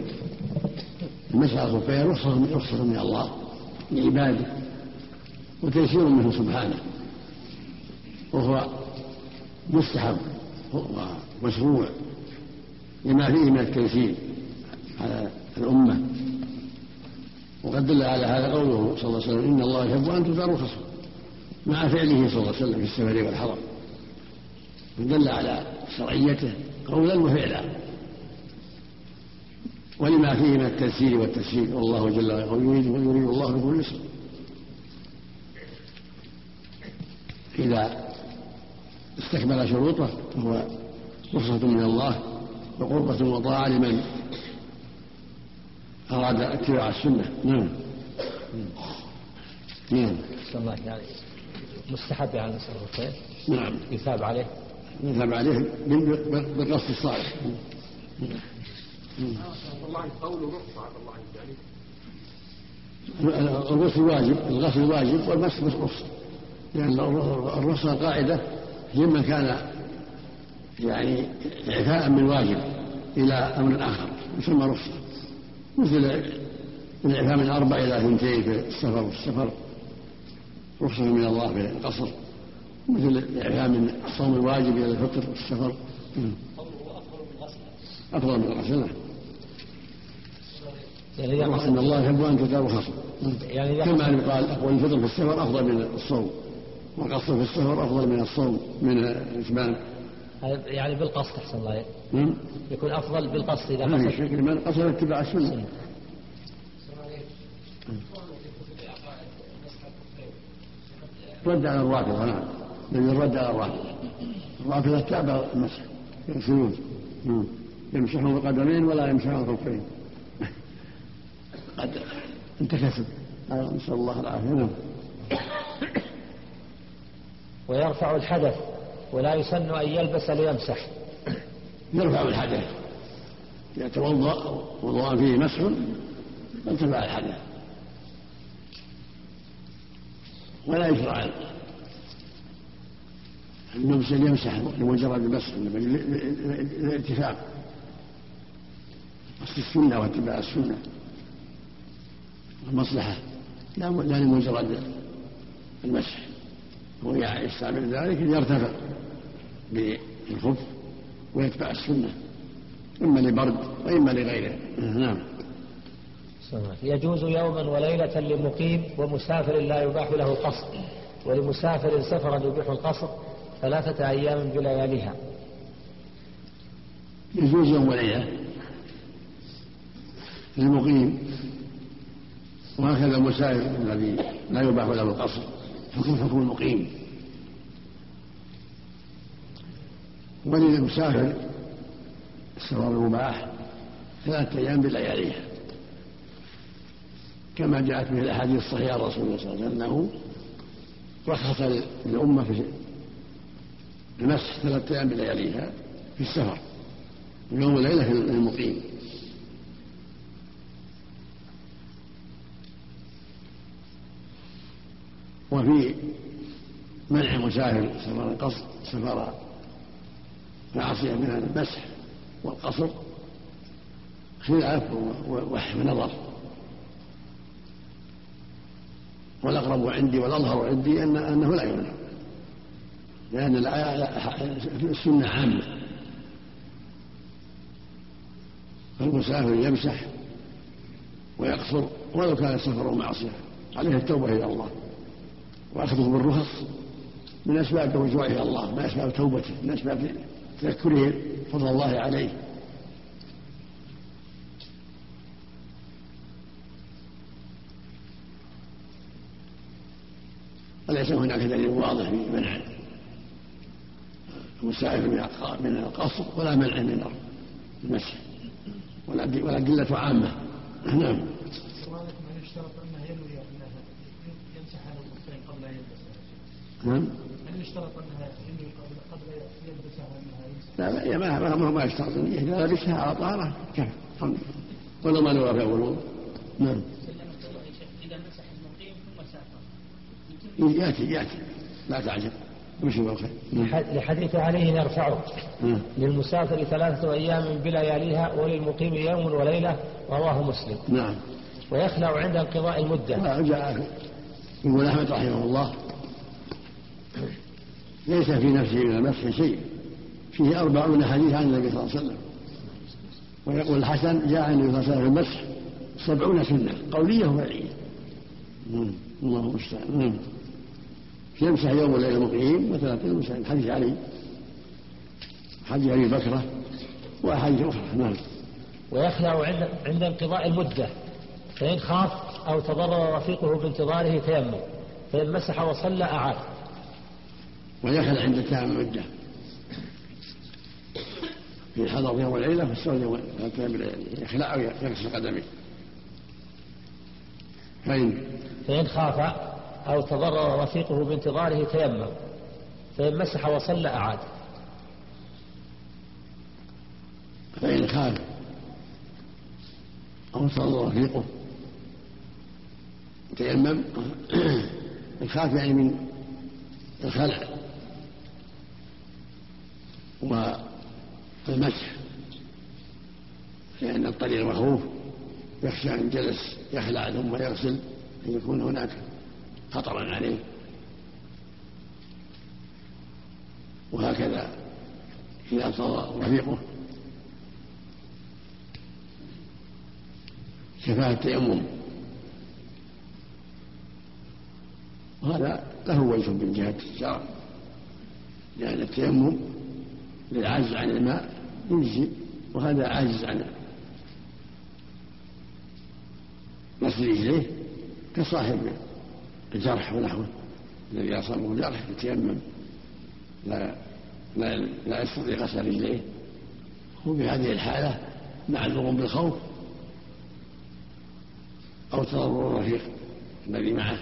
مسح الخفين رخصة رخصة من الله لعباده وتيسير منه سبحانه وهو مستحب ومشروع لما فيه من التيسير على الأمة. وقد دل على هذا قوله صلى الله عليه وسلم إن الله يحب أن تؤتى رخصه مع فعله صلى الله عليه وسلم في السفر والحضر دل على شرعيته قولا وفعلا. ولما فيه من التيسير والتسهيل، والله جل وعلا يريد ويريد الله بكم اليسر. إذا استكمل شروطه فهو رخصة من الله وقربة وطاعة لمن أراد اتباع السنة. نعم. نعم. الله يعني مستحب يعني نسأل الخير. نعم. يثاب عليه. يثاب عليه بالقصد الصالح. الله قوله رخصة الله يعني. الغسل واجب، الغسل واجب والمسح رخصة، لأن الرخصة قاعدة لمن كان يعني إعفاء من واجب إلى أمر آخر يسمى رخصة، مثل الإعفاء من أربع إلى اثنتين في السفر والسفر رخصة من الله في القصر، مثل الإعفاء من الصوم الواجب إلى الفطر والسفر. أفضل من الغسل. يعني إن الله يحب أن تتابع خصم، يعني كما يقال أقوى الفطر في السفر أفضل من الصوم، والقصر في السفر أفضل من الصوم من الإتمام. يعني بالقصد أحسن الله يكون أفضل بالقصد إذا قصد شكل من قصد اتباع السنة. رد على الرافضة. نعم، الذي رد على الرافضة. الرافضة تابع المسح يغسلون يمسحون بالقدمين ولا يمسحون الخفين. قد انتكسب. نسأل الله العافية. ويرفع الحدث ولا يسن أن يلبس ليمسح. يرفع الحدث، يتوضأ وضوء فيه مسح يرتفع الحدث، ولا يشرع النبس يمسح لمجرد المسح للاتفاق أصل السنة واتباع السنة والمصلحة، لا لمجرد المسح. ويستعمل ذلك ليرتفع بالخف ويتبع السنة إما لبرد وإما لغيره. نعم. يجوز يوما وليلة لمقيم ومسافر لا يباح له القصر، ولمسافر سفرا يبيح القصر ثلاثة أيام بلياليها. يجوز يوم وليلة للمقيم، وهكذا المسافر الذي لا يباح له القصر حكم حكم المقيم. وللمسافر السفر المباح ثلاثة أيام بلياليها، كما جاءت به الأحاديث الصحيحة الرسول صلى الله عليه وسلم أنه رخص للأمة في المسح ثلاثة أيام بلياليها في السفر، يوم وليلة للمقيم. وفي منع مسافر سفر القصر سفر معصية من المسح والقصر خلاف ونظر، والأقرب عندي والأظهر عندي أن أنه لا يمنع، لأن السنة عامة، فالمسافر يمسح ويقصر ولو كان السفر معصية، عليه التوبة إلى الله وأخذه بالرخص من أسباب رجوعه إلى الله، من أسباب توبته، من أسباب تذكره فضل الله عليه. وليس هناك دليل واضح في منع المسافر من القصر ولا منع من المسح، والأدلة عامة. نعم. نعم. هل يشترط أنها ينوي قبل يلبسها أنها يمسح؟ لا ما ما ما يشترط، إذا لبسها على طهارة كفى الحمد لله، ولو ما نوى في أول وضوء. نعم. إذا مسح المقيم ثم سافر يأتي يأتي لا تعجب وش هو الخير. لحديث عليه نرفعه. للمسافر ثلاثة أيام بلياليها وللمقيم يوم وليلة، رواه مسلم. نعم. ويخلع عند انقضاء المدة. جاء يقول أحمد رحمه الله ليس في نفسه من المسح شيء، فيه أربعون حديث عن النبي صلى الله عليه وسلم. ويقول الحسن جاء عن النبي صلى الله عليه وسلم في المسح سبعون سنة قولية وفعلية. الله المستعان. يمسح يوم وليلة المقيم وثلاثة المسح، حديث علي حديث أبي بكرة وأحاديث أخرى. نعم. ويخلع عند, عند انقضاء المدة، فإن خاف أو تضرر رفيقه بانتظاره تيمم، فإن مسح وصلى أعاد. ويخلع عند تمام المدة في حضر يوم الليلة والسوء يخلع أو يغسل قدمه. فإن فإن خاف أو تضرر رفيقه بانتظاره تيمم، فإن مسح وصلى أعاد. فإن خاف أو تضرر رفيقه تيمم، الخاف يعني من الخلع والمسح، لأن الطريق مخوف، يخشى أن جلس يخلع ثم يغسل أن يكون هناك خطرا عليه. وهكذا إذا صار رفيقه شفاه التيمم، وهذا له وجه من جهة الشرع، لأن التيمم للعجز عن الماء يجزي، وهذا عاجز عن غسل رجليه كصاحب الجرح ونحوه الذي أصابه الجرح يتيمم لا لا لا يستطيع غسل رجليه، هو في هذه الحالة معذور بالخوف أو تضرر الرفيق الذي معه.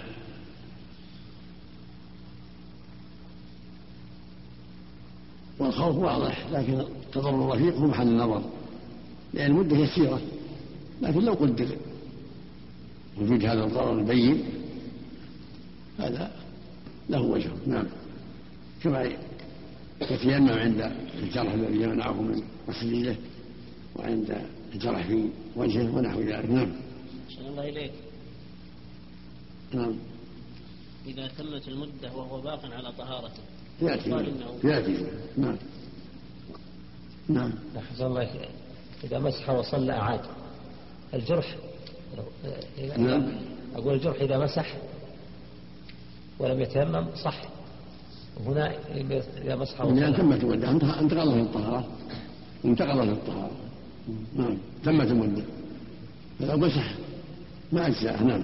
والخوف واضح، لكن تضرر الرفيق هو محل النظر، لأن المدة يسيرة، لكن لو قدر وجود هذا الضرر البين هذا له وجه. نعم، كما يتيمم عند الجرح الذي يمنعه من غسله، وعند الجرح في وجهه ونحو ذلك. نعم. أحسن الله إليك. نعم. إذا تمت المدة وهو باق على طهارته يأتي يأتي. نعم. نعم. أحسن الله، إذا مسح وصلى أعاد. الجرح نعم. أقول الجرح إذا مسح ولم يتيمم صح، وهنا إذا مسح وصلى يعني تمت المدة انتقل للطهارة انتقل للطهارة. نعم، تمت المدة، فلو مسح ما أجزأه. نعم.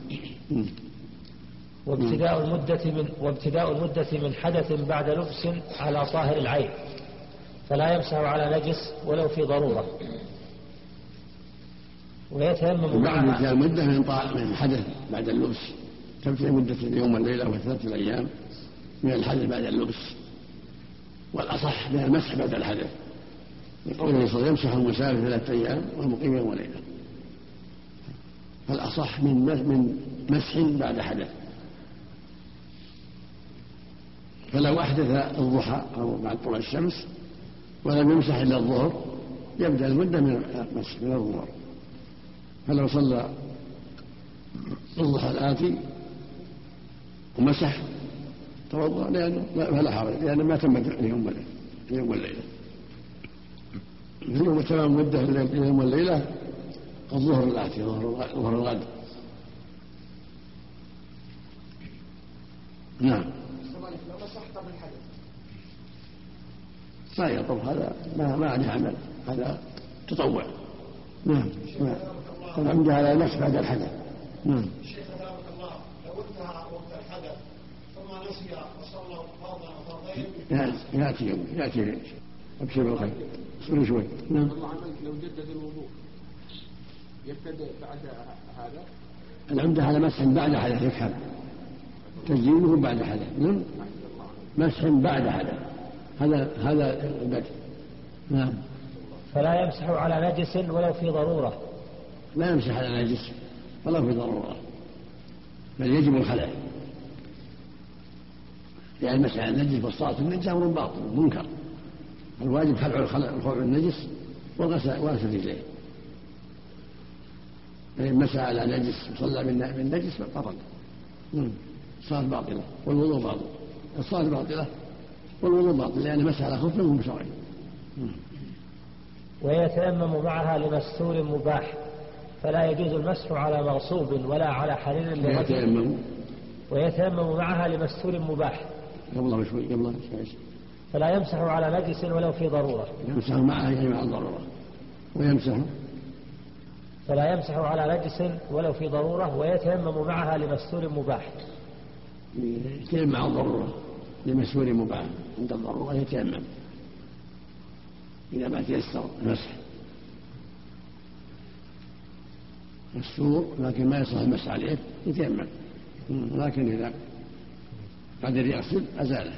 وابتداء المدة من وابتداء المدة من حدث بعد لبس على طاهر العين، فلا يمسح على نجس ولو في ضرورة، ويتيمم بعد انتهاء المدة من من حدث بعد اللبس، تبتدئ مدة اليوم والليلة وثلاثة أيام من الحدث بعد اللبس، والأصح من المسح بعد الحدث، لقوله صلى الله عليه وسلم يمسح المسافر ثلاثة أيام والمقيم يوم وليلة، فالأصح من من مسح بعد حدث. فلو أحدث الضحى أو بعد طلوع الشمس ولم يمسح إلا الظهر يبدأ المدة من المسح من الظهر، فلو صلى الضحى الآتي ومسح توضأ لأنه فلا حرج، لأنه ما تم اليوم والليلة اليوم والليلة ثم تمام مدة اليوم والليلة الظهر الآتي ظهر الغد. نعم. لا يطوف، هذا ما ما عليه عمل، هذا تطوع. نعم. الحمد على المسح بعد الحدث. نعم. شيخ بارك الله، لو انتهى وقت الحدث ثم نسي وصلى فرضا وفرضين ياتي ياتي ابشر بالخير. اصبر شوي. نعم. الله عنك لو جدد الوضوء يبتدئ بعد هذا؟ العمدة على مسح بعد حدث يفهم تسجيله بعد حدث. نعم. مسح بعد حدث هذا هذا البدء. نعم. فلا يمسح على نجس ولو في ضرورة. لا يمسح على نجس ولو في ضرورة، بل يجب الخلع، لأن المسح على النجس والصلاة النجس أمر باطل منكر، الواجب خلع الخلع النجس وغسل رجليه، فإن مسح على نجس وصلى بالنجس فبطل الصلاة باطلة والوضوء باطل، الصلاة باطلة والوضوء باطل، لأن مسح على خف منهم شرعي. ويتيمم معها لمستور مباح، فلا يجوز المسح على مغصوب ولا على حرير ويتيمم ويتيمم معها لمستور مباح قبل شوي قبل شوي فلا يمسح على نجس ولو في ضرورة. يمسح معها يعني مع الضرورة، ويمسح فلا يمسح على نجس ولو في ضرورة، ويتيمم معها لمستور مباح. يتيمم مع الضرورة لمستور مباح، عند الضرورة يتيمم إذا ما تيسر المسح مستور، لكن ما يصح المسح عليه يتيمم، لكن إذا قدر يغسل أزاله.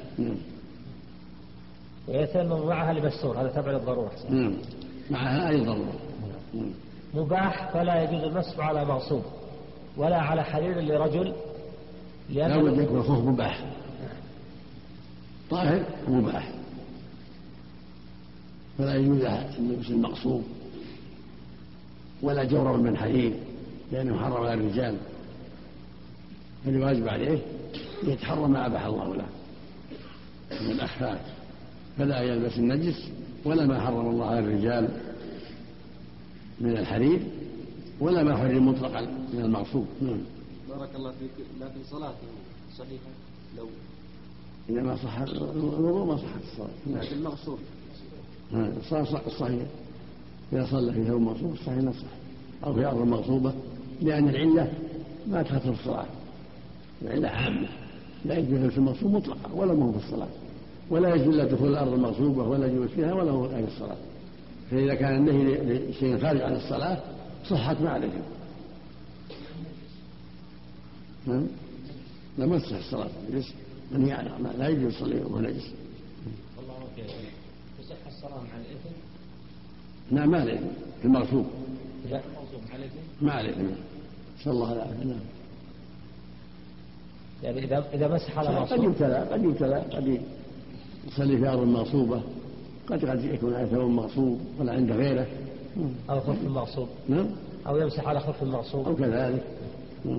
ويتيمم معها لمستور، هذا تبع الضرورة. معها أي ضرورة. مباح، فلا يجوز المسح على مغصوب ولا على حرير لرجل، لا بد يكون الخوف مباح طاهر مباح، فلا يجوز اللبس المغصوب ولا جورب من حرير لأنه حرم على الرجال، فالواجب عليه يتحرم ما أباح الله له من الأخفاف، فلا يلبس النجس ولا ما حرم الله على الرجال من الحرير ولا ما حرم مطلقا من المغصوب. بارك الله فيك. لكن صلاته صحيحة لو إذا ما صح الوضوء ما صحت الصلاة. لكن المغصوب الصلاة صحيح، إذا صلى في ثوب مغصوب صحيح نصح، أو في أرض مغصوبة، لأن العلة ما تخطر الصلاة، العلة عامة لا يجوز لبس المغصوب مطلقا ولا مو في الصلاة، ولا يجوز لا دخول الأرض المغصوبة ولا يجوز فيها ولا هو غير الصلاة. فإذا كان النهي لشيء خارج عن الصلاة صحت ما عليه. نعم لا ما تصح الصلاة نجس، من يعلم لا يجوز يصلي وهو نجس. والله ربي تصح الصلاة مع الإثم؟ نعم ما عليه في المغصوب. لا المغصوب مع الإثم؟ ما عليه. نسأل الله العافية. نعم. يعني إذا إذا مسح على قد يبتلى قد يبتلى قد يصلي في أرض مغصوبة، قد قد يكون على ثوب مغصوب ولا عند غيره، أو خف المغصوب. نعم. أو يمسح على خف المغصوب أو كذلك. نعم.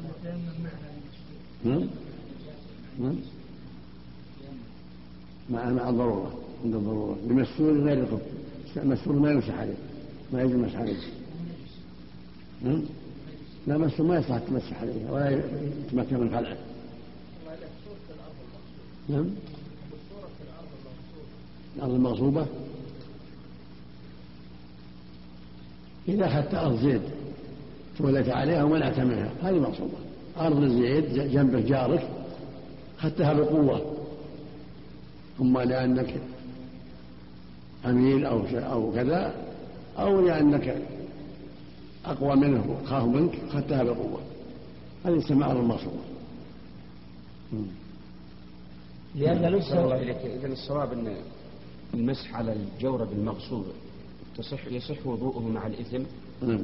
نعم. نعم. مع مع الضرورة، عند الضرورة بمسؤول غير الخف، مسؤول ما يمسح عليه، ما يجوز المسح عليه. نعم. لا مسؤول ما يصح تمسح عليه ولا يتمكن من خلعه. نعم. الأرض المغصوبة إذا أخذت أرض زيد توليت عليها ومنعت منها هذه مغصوبة. أرض زيد جنبك جارك أخذتها بقوة، ثم لأنك أميل أو أو كذا، أو لأنك أقوى منه وخاف منك أخذتها بقوة، هذه تسمى أرض مغصوبة. لأن لبسه. إذا الصواب أن المسح على الجورب المغصوب تصح يصح وضوءه مع الإثم. نعم.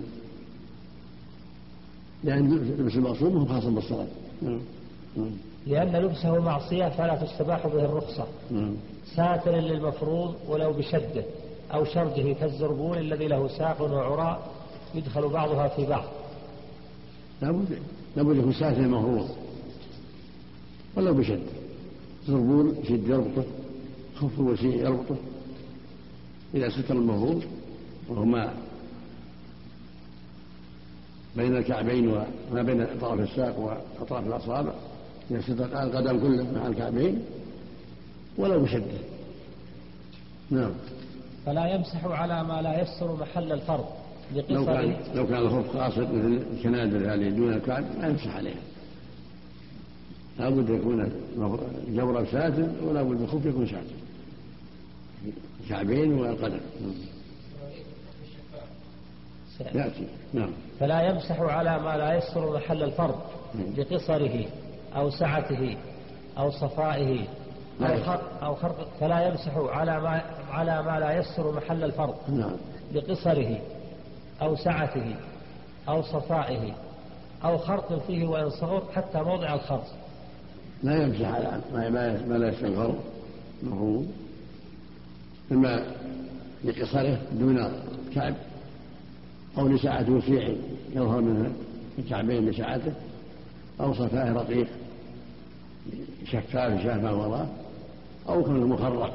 لأن لبس المغصوب هو خاص بالصلاة. نعم. لأن لبسه معصية فلا تستباح به الرخصة. نعم. ساتر للمفروض ولو بشده أو شرجه كالزربون الذي له ساق وعراء يدخل بعضها في بعض. لابد لابد يكون ساتر المفروض ولو بشد، زربون يشد يربطه، خف وسيع يربطه. إذا ستر المفروض وهما بين الكعبين وما بين أطراف الساق وأطراف الأصابع، إذا ستر القدم كله مع الكعبين ولو بشده. نعم. فلا يمسح على ما لا يستر محل الفرض لو كان لو كان الخف قاصد مثل الكنادر هذه دون الكعب لا يمسح عليها، لا بد يكون الجورب ساتر ولا بد الخف يكون ساتر الكعبين والقدم. يأتي. نعم. فلا يمسح على ما لا يستر محل الفرض لقصره أو سعته أو صفائه أو خرق أو خرق فلا يمسح على ما على ما لا يستر محل الفرض نعم. لقصره أو سعته أو صفائه أو خرق فيه وإن صغر حتى موضع الخرص. لا يمسح على ما لا يستر الفرض مفهوم، إما لقصره دون كعب أو لسعة وسيع يظهر منها الكعبين لسعته، أو صفاه رقيق شفاف شاف ما وراه، أو كونه مخرق.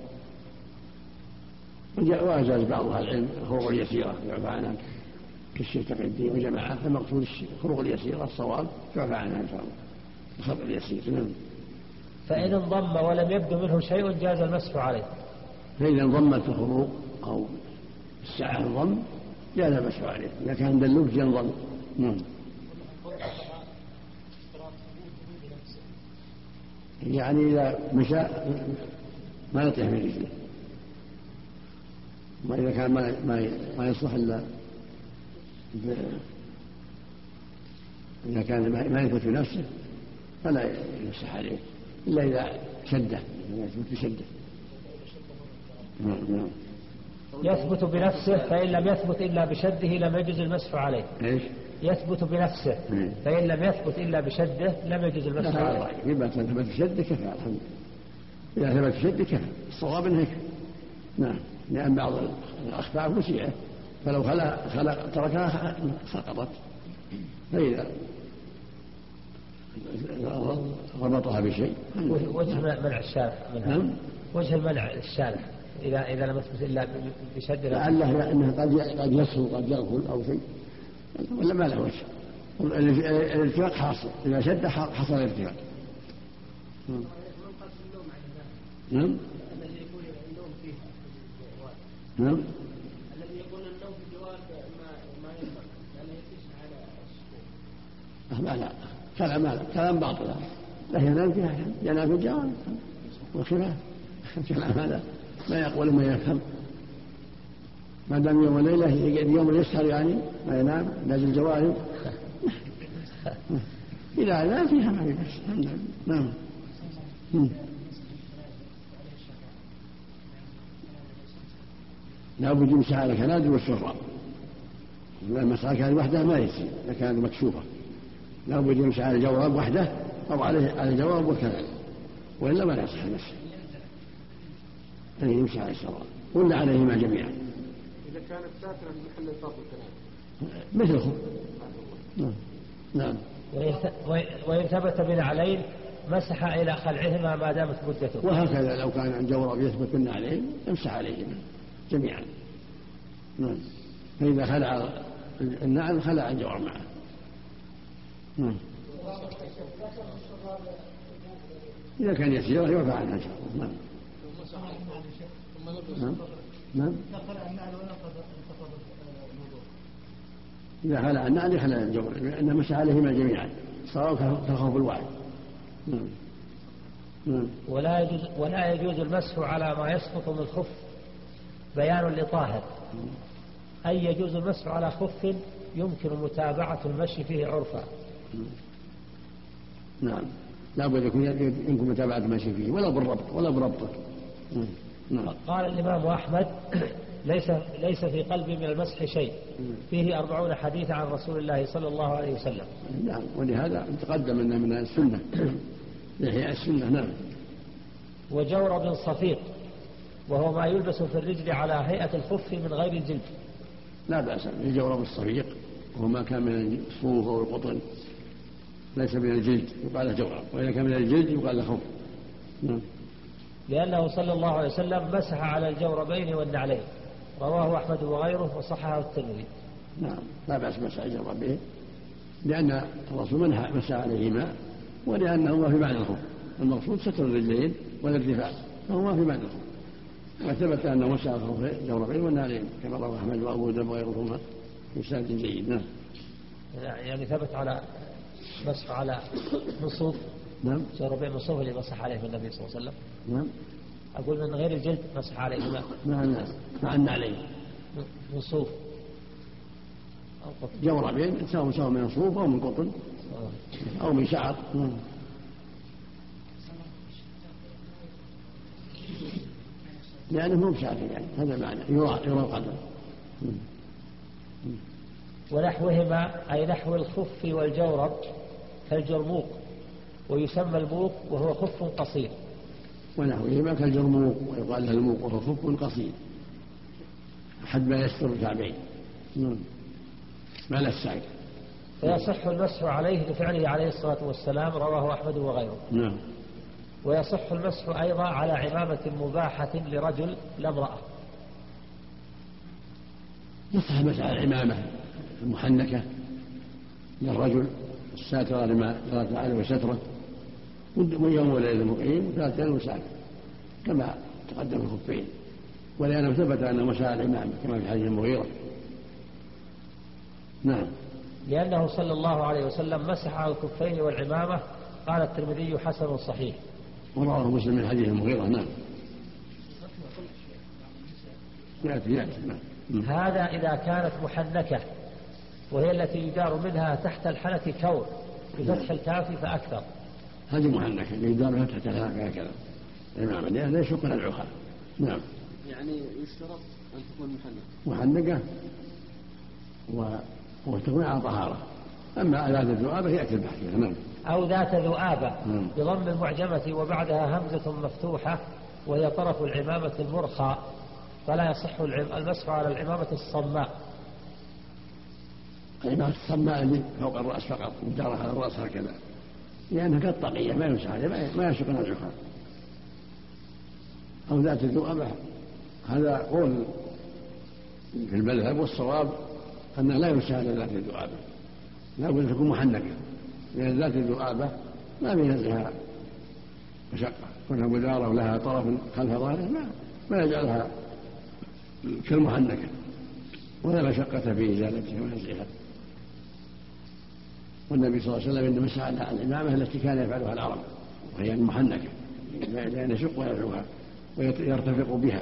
وأجاز بعض أهل العلم الخروق اليسيرة يعفى عنها كالشيخ تقي الدين وجماعة، فالمقصود الخروق اليسيرة الصواب يعفى عنها إن شاء الله الخروق اليسير. نعم. فإن انضم ولم يبدو منه شيء جاز المسح عليه. فإذا انضمت الخروق أو الساعة انضم لا لا بأس عليه إذا كان دلوك ينظر. نعم. يعني إذا مشى ما يطيح من رجله، ما إذا كان ما ما ما يصلح إلا إذا كان ما يثبت بنفسه فلا يمسح عليه إلا إذا شده، إذا يثبت بشده. نعم. يثبت بنفسه فإن لم يثبت إلا بشده لم يجوز المسح عليه. إيش؟ يثبت بنفسه فإن لم يثبت إلا بشده لم يجوز المسح عليه. إذا ثبت بشده كفى الحمد لله. إذا ثبت بشده كفى، الصواب إنه يكفي. نعم، لأن بعض الأخفاء وسيعة فلو خلق خلق تركها سقطت، فإذا ربطها بشيء. وجه منع الشارع منها. وجه المنع الشارع إذا إذا لم يثبت إلا بشدة لعله لأنه قد قد يسهل قد يغفل أو شيء ولا ما له وجه. الارتفاق حاصل، إذا شد حصل الارتفاق. نعم. الذي يقول النوم فيه نعم. الذي يقول النوم في الجواب ما ما ينبغي لأنه يقيس على السكون. ما لا كلام ما لا كلام باطل، لا ينام فيها ينام في الجواب وخلاف كلام هذا ما يقول ما يفهم. ما دام يوم وليلة يوم يسهر يعني ما ينام لازم جوارب. إذا نام فيها ما في بس. نعم. لا بد يمسح على الكنادر والشراب، المسح كان وحده ما يصير إذا كانت مكشوفة، لا بد يمسح على الجواب وحده أو عليه على الجواب والكنادر، وإلا ما يصح المسح. يعني يمسح على الشراب ولا عليهما جميعا. إذا كانت ساترا محل الفرض الكنادر مثله. نعم. نعم. وإن ثبت بنعلين مسح إلى خلعهما ما دامت مدته. وهكذا لو كان الجورب يثبت بالنعلين يمسح عليهما جميعا. نعم. فإذا خلع النعل خلع الجورب معه. نعم. إذا كان يسير يرفع عنها إن شاء الله. نعم. نعم. إذا خلع النعل خلع الجورب لأن مسح عليهما جميعا صاروا كخوف الواحد. نعم. نعم. ولا يجوز ولا يجوز المسح على ما يسقط من الخف بيان لطاهر، أي يجوز المسح على خف يمكن متابعة المشي فيه عرفا. نعم، لا بد يكون يمكن متابعة المشي فيه ولا بالربط ولا بربطه. نعم. قال الإمام أحمد ليس ليس في قلبي من المسح شيء، فيه أربعون حديث عن رسول الله صلى الله عليه وسلم. نعم، ولهذا تقدم أنه من السنة لحياء السنة. نعم. وجورب صفيق وهو ما يلبس في الرجل على هيئة الخف من غير الجلد. لا بأس بالجورب الصفيق وهو ما كان من الصوف أو القطن ليس من الجلد يقال له جورب، وإذا كان من الجلد يقال له خف. نعم. لأنه صلى الله عليه وسلم مسح على الجوربين والنعلين، رواه أحمد وغيره وصححه الترمذي. نعم، لا بأس مسح الجوربين لأن الرسول مسح عليهما ولأنه ما في معنى الخف، المقصود ستر الرجلين والارتفاع فهو ما في معنى الخف، وثبت أنه مسح الجوربين والنعلين كما رواه أحمد وأبو داود وغيرهما بإسناد جيد. نعم. يعني ثبت على مسح على نصوف. نعم. جوربين نصوف اللي مسح عليه النبي صلى الله عليه وسلم. نعم. أقول من غير الجلد مسح عليهما مع الناس مع النعلين نصوف أو قطن. جوربين سواء سواء من صوف أو من قطن أو من شعر. نعم. لأنه مو بشافي يعني هذا معنى يرى يرى القدر. ونحوهما أي نحو الخف والجورب كالجرموق، ويسمى الموق وهو خف قصير. ونحوهما كالجرموق ويقال له الموق وهو خف قصير حد ما يستر الكعبين. ما له السعي. فيصح المسح عليه لفعله عليه الصلاة والسلام، رواه أحمد وغيره. نعم. ويصح المسح أيضا على عمامة مباحة لرجل لا امرأة. يصح المسح على العمامة المحنكة للرجل الساترة لما قال تعالى وسترة ويوم وليلة مقيم وثلاثة أيام مسافر كما تقدم في الخفين، ولأنه ثبت أنه مسح على العمامة كما في حديث المغيرة نعم. لأنه صلى الله عليه وسلم مسح على الكفين والعمامة. قال الترمذي حسن صحيح. ورواه مسلم من حديث المغيرة. نعم. يأتي يأتي. نعم. هذا إذا كانت محنكة وهي التي يدار منها تحت الحنة كور بفتح الكاف فأكثر. هذه محنكة اللي يدار منها تحت الحنة هكذا العمامة لأنها لا يشق نزعها. نعم. يعني يشترط أن تكون محنكة محنكة و... وتكون على طهارة. أما ذات الذؤابة يأتي البحث فيها. نعم. أو ذات ذؤابة نعم. بضم المعجمة وبعدها همزة مفتوحة وهي طرف العمامة المرخى فلا يصح المسح على العمامة الصماء. العمامة الصماء اللي فوق الرأس فقط مدارة على الرأس هكذا لأنها كالطاقية ما يمسح عليها ما يشق نزعها. أو ذات الذؤابة هذا قول في المذهب والصواب أنها لا يمسح على ذات الذؤابة لا بد أن تكون محنكة لأن ذات الذؤابة ما بينزعها مشقة كونها مدارة ولها طرف خلف ظهرها ما ما يجعلها كالمحنكة ولا مشقة في إزالتها ونزعها. والنبي صلى الله عليه وسلم إنما مسح على العمامة التي كان يفعلها العرب وهي المحنكة لأن يشق ويدعوها ويرتفق بها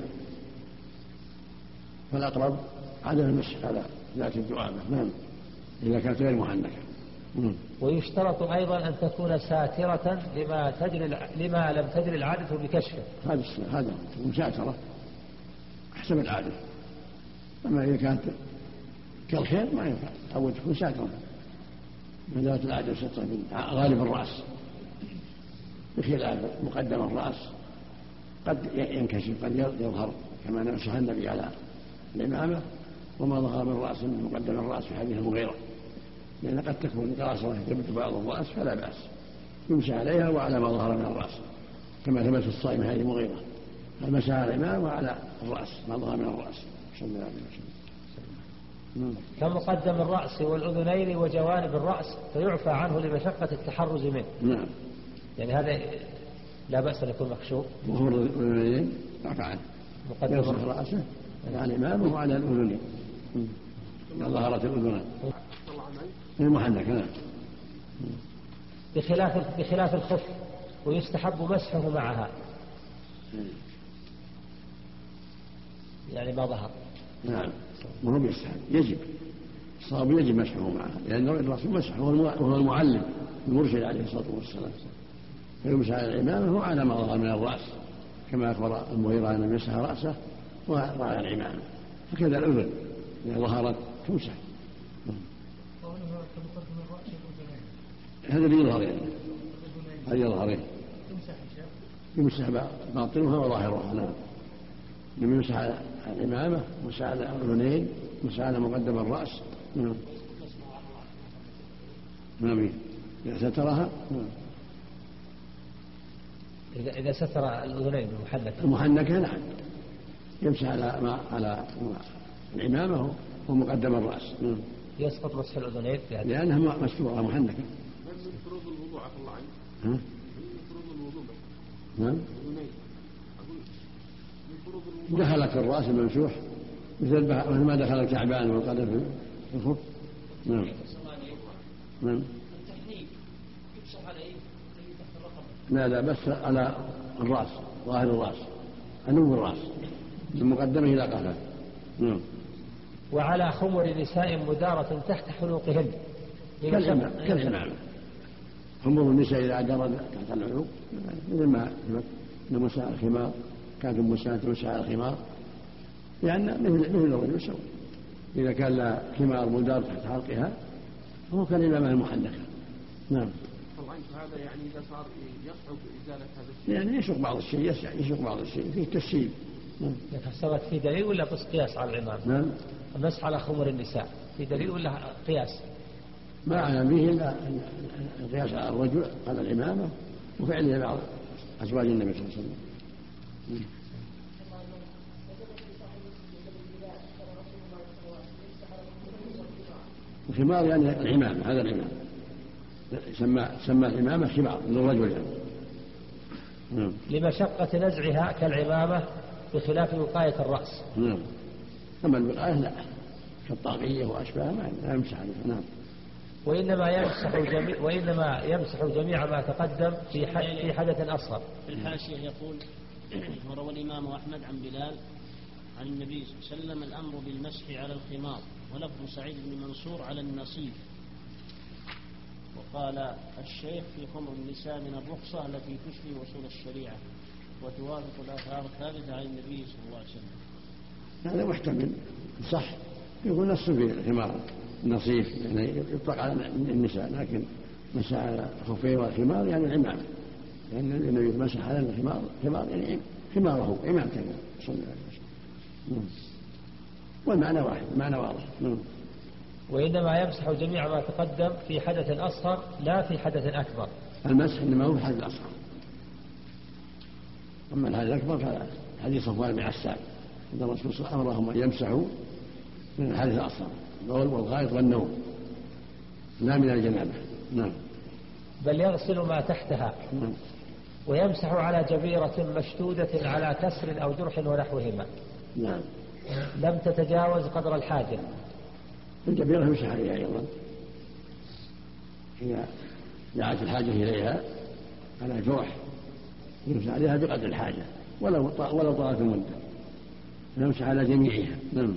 فالأقرب عدم المسح على ذات الذؤابة. نعم إذا كانت غير محنكة. ويشترط أيضا أن تكون ساترة لما تجري لما لم تجري العادة بكشفه. هذا هذا تكون ساترة حسب العادة. أما إذا كانت كالخير ما ينفع أول تكون ساترة ما دامت العادة سترة غالب الرأس بخلاف مقدم الرأس قد ينكشف قد يظهر كما نمسح النبي على العمامة وما ظهر من رأس من مقدم الرأس في حديث المغيرة لأن قد تكون قاصرة تبت بعض الرأس فلا بأس يمسح عليها وعلى ما ظهر من الرأس كما ثبت الصائم هذه المغيرة المسح على العمامة وعلى الرأس ما ظهر من الرأس صلى الله عليه وسلم. كمقدم الرأس والأذنين وجوانب الرأس فيعفى عنه لمشقة التحرز منه. نعم. يعني هذا لا بأس أن يكون مكشوف. ظهور الأذنين يعفى عنه مقدم رأسه على الإمام وعلى الأذنين ظهرت الأذنين المحنك. نعم. بخلاف بخلاف الخف ويستحب مسحه معها يعني ما ظهر. نعم وهو يستحب يجب الصواب يجب مسحه معها لأن الرسول مسح وهو المعلم المرشد عليه الصلاة والسلام فيمسح على العمامة وعلى ما ظهر من الرأس كما أخبر المغيرة أن يمسح رأسه وعلى العمامة فكذا الأذن إذا ظهرت تمسح. هذا اللي يظهر يعني هذا يظهر يمسح باطنها وظاهرها. نعم. يمسح على العمامة يمسح على الأذنين يمسح على مقدم الرأس. نعم. نعم إذا سترها. نعم. إذا إذا ستر الأذنين المحنكة المحنكة نعم يمسح على ما على العمامة ومقدم الرأس. نعم. يسقط مسح الأذنين لأنها مستورة محنكة. من فروض الوضوء عفى الله عنه. ها؟ من فروض الوضوء. نعم. دخلت الرأس الممسوح مثل ما دخل الكعبان والقدم في الخف. نعم. نعم. التحنيك يمسح عليه تحت الرقبة. لا لا بس على الرأس ظاهر الرأس أنوب الرأس من مقدمه إلى قفاه. نعم. وعلى خمر نساء مدارة تحت حلوقهن كالحمامة. خمر النساء إذا أدارت تحت الحلوق مثل ما مسح الخمار كانت المساء تمسح على الخمار لأن مثل مثل الرجل سوى إذا كان لا خمار مدار تحت حلقها فهو كالإمامة المحنكة. نعم. طبعا هذا يعني إذا صار يصعب إزالة هذا الشيء يعني يشق بعض الشيء يشق بعض الشيء فيه تسهيل. نعم. لكن ثبت في دليل ولا بس قياس على العمام؟ نعم. المسح على خمر النساء في دليل ولا قياس؟ ما أعلم به إلا القياس على الرجل على العمامة وفعله بعض أزواج النبي صلى الله عليه وسلم. الخمار يعني العمامة هذا العمامة سمى سمى العمامة خمار للرجل يعني. نعم. لمشقة نزعها كالعمامة بخلاف وقاية الرأس. نعم. أما الوقاية لا كالطاقية وأشباهها ما يمسح عليها. نعم. وإنما يمسح جميع وإنما يمسح جميع ما تقدم في في حدث أصغر. في الحاشية يقول وروى الإمام أحمد عن بلال عن النبي صلى الله عليه وسلم الأمر بالمسح على الخمار، ولفظ سعيد بن منصور على النصيف. وقال الشيخ في خمر النساء من الرخصة التي تشفي وصول الشريعة وتوافق الآثار الثابتة عن النبي صلى الله عليه وسلم. هذا محتمل صح، يقول نص في الخمار النصيف يعني يطلق على النساء، لكن مسح على الخفين والخمار يعني العمامة، لأن يعني النبي مسح على الخمار خمار يعني خماره عمامته صلى الله عليه وسلم. والمعنى واحد، المعنى واضح. وإنما يمسح جميع ما تقدم في حدث أصغر لا في حدث أكبر. المسح إنما هو في الحدث الأصغر، أما الحدث الأكبر فحديث صفوان بن عسال أن الرسول صلى الله عليه وسلم أمرهم أن يمسحوا من الحدث الأصغر البول والغائط والنوم لا من الجنابة. نعم. بل يغسل ما تحتها. نعم. ويمسح على جبيرة مشدودة على كسر أو جرح ونحوهما. نعم. لم تتجاوز قدر الحاجة. الجبيرة يمسح عليها أيضا إذا دعت الحاجة إليها على جرح يمسح عليها بقدر الحاجة ولو ولو طالت المدة، يمسح على جميعها. نعم.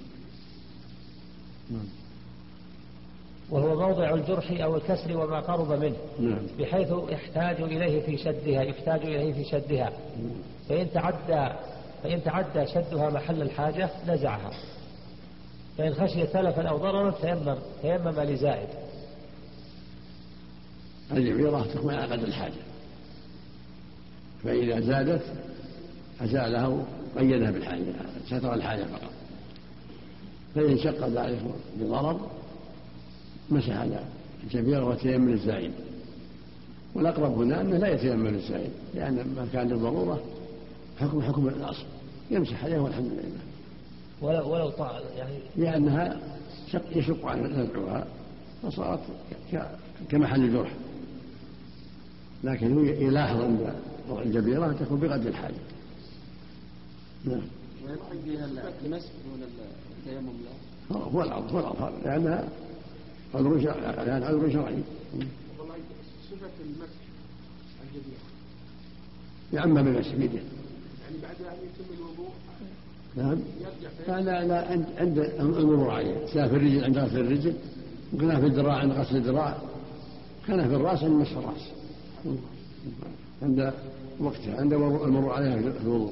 نعم. وهو موضع الجرح أو الكسر وما قرب منه. نعم. بحيث يحتاج إليه في شدها يحتاج إليه في شدها فإن تعدى فإن تعدى شدها محل الحاجة نزعها، فإن خشي تلفا أو ضررا تيمم تيمم لزائد. الجبيرة تكون على قدر الحاجة، فإذا زادت أزاله قيدها بالحاجة ستر الحاجة فقط، فإن شق ذلك بضرر مسح على الجبيرة وتيمم الزائد. والأقرب هنا أنه لا يتيمم الزائد، لأن ما كان للضرورة حكم حكم الأصل يمسح عليه والحمد لله. ولو ولو طال يعني لأنها شق يشق عن نزعها فصارت كمحل الجرح، لكن هو يلاحظ أن الجبيرة تكون بقدر الحاجة. نعم. ويكفي فيها المسح دون التيمم لا؟ هو الأرض هو الأرض لأنها عذر شرعي، يعني عذر شرعي. والله صفة المسح الجبيرة يعمم بالمسح بيده يعني بعد أن يتم الوضوء. نعم. لا لا عند عند المرور عليه، سواء في الرجل عند غسل الرجل، وكان في الذراع عند غسل الذراع، كان في الراس عند مسح الراس عند وقتها عند المرور عليها في الوضوء.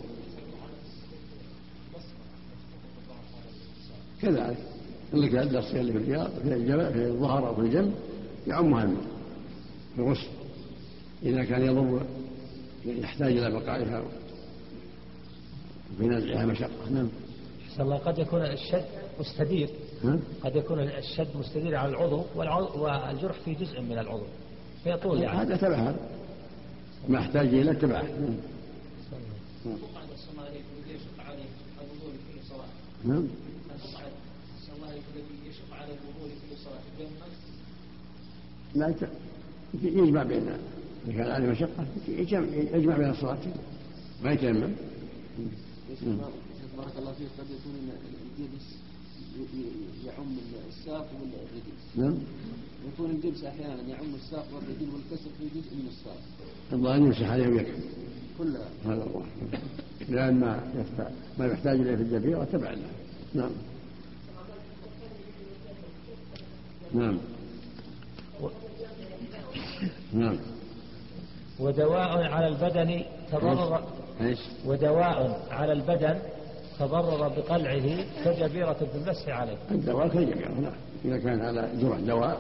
كذلك اللي كان الدرس اللي في الرياض في الجبل في الظهر او في الجنب يعمها في الغسل اذا كان يضر يحتاج الى بقائها وفي نزعها مشقه. نعم. إن الله قد يكون الشد مستدير، قد يكون الشد مستدير على العضو والجرح في جزء من العضو فيطول يعني. هذا تبعها ما احتاج الى تبعه. نعم. لا يجمع بين إذا كان عليه مشقة يجمع بين الصلاتين ما يتيمم. بارك الله فيك. قد يكون الجلس يعم الساق والرجل. نعم. يكون الجلس أحيانا يعم الساق والرجل والكسر في جزء من الساق. الله أن يمسح عليه ويكفي كلها. هذا الله، لأن ما ما يحتاج إليه في الجبيرة تبع له. نعم. نعم. نعم. ودواء على البدن تضرر ايش؟ ودواء على البدن تضرر بقلعه كجبيرة في المسح عليه. الدواء كجبيرة. نعم. إذا كان على جرح دواء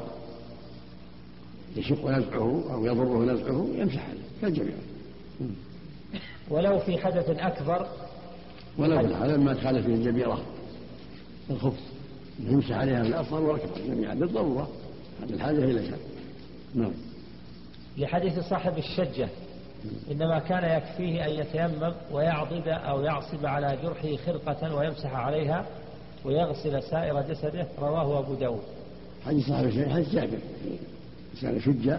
يشق نزعه أو يضره نزعه يمسح عليه كالجبيرة. ولو في حدث أكبر ولو في الحدث ما دخل فيه الجبيرة الخبث يمسح عليها بالأصغر والأكبر جميعا بالضرورة هذه الحاجة إليها. نعم. لحديث صاحب الشجة إنما كان يكفيه أن يتيمم ويعضد أو يعصب على جرحه خرقة ويمسح عليها ويغسل سائر جسده، رواه أبو داود. حديث صاحب الشجة حديث جابر كان شجة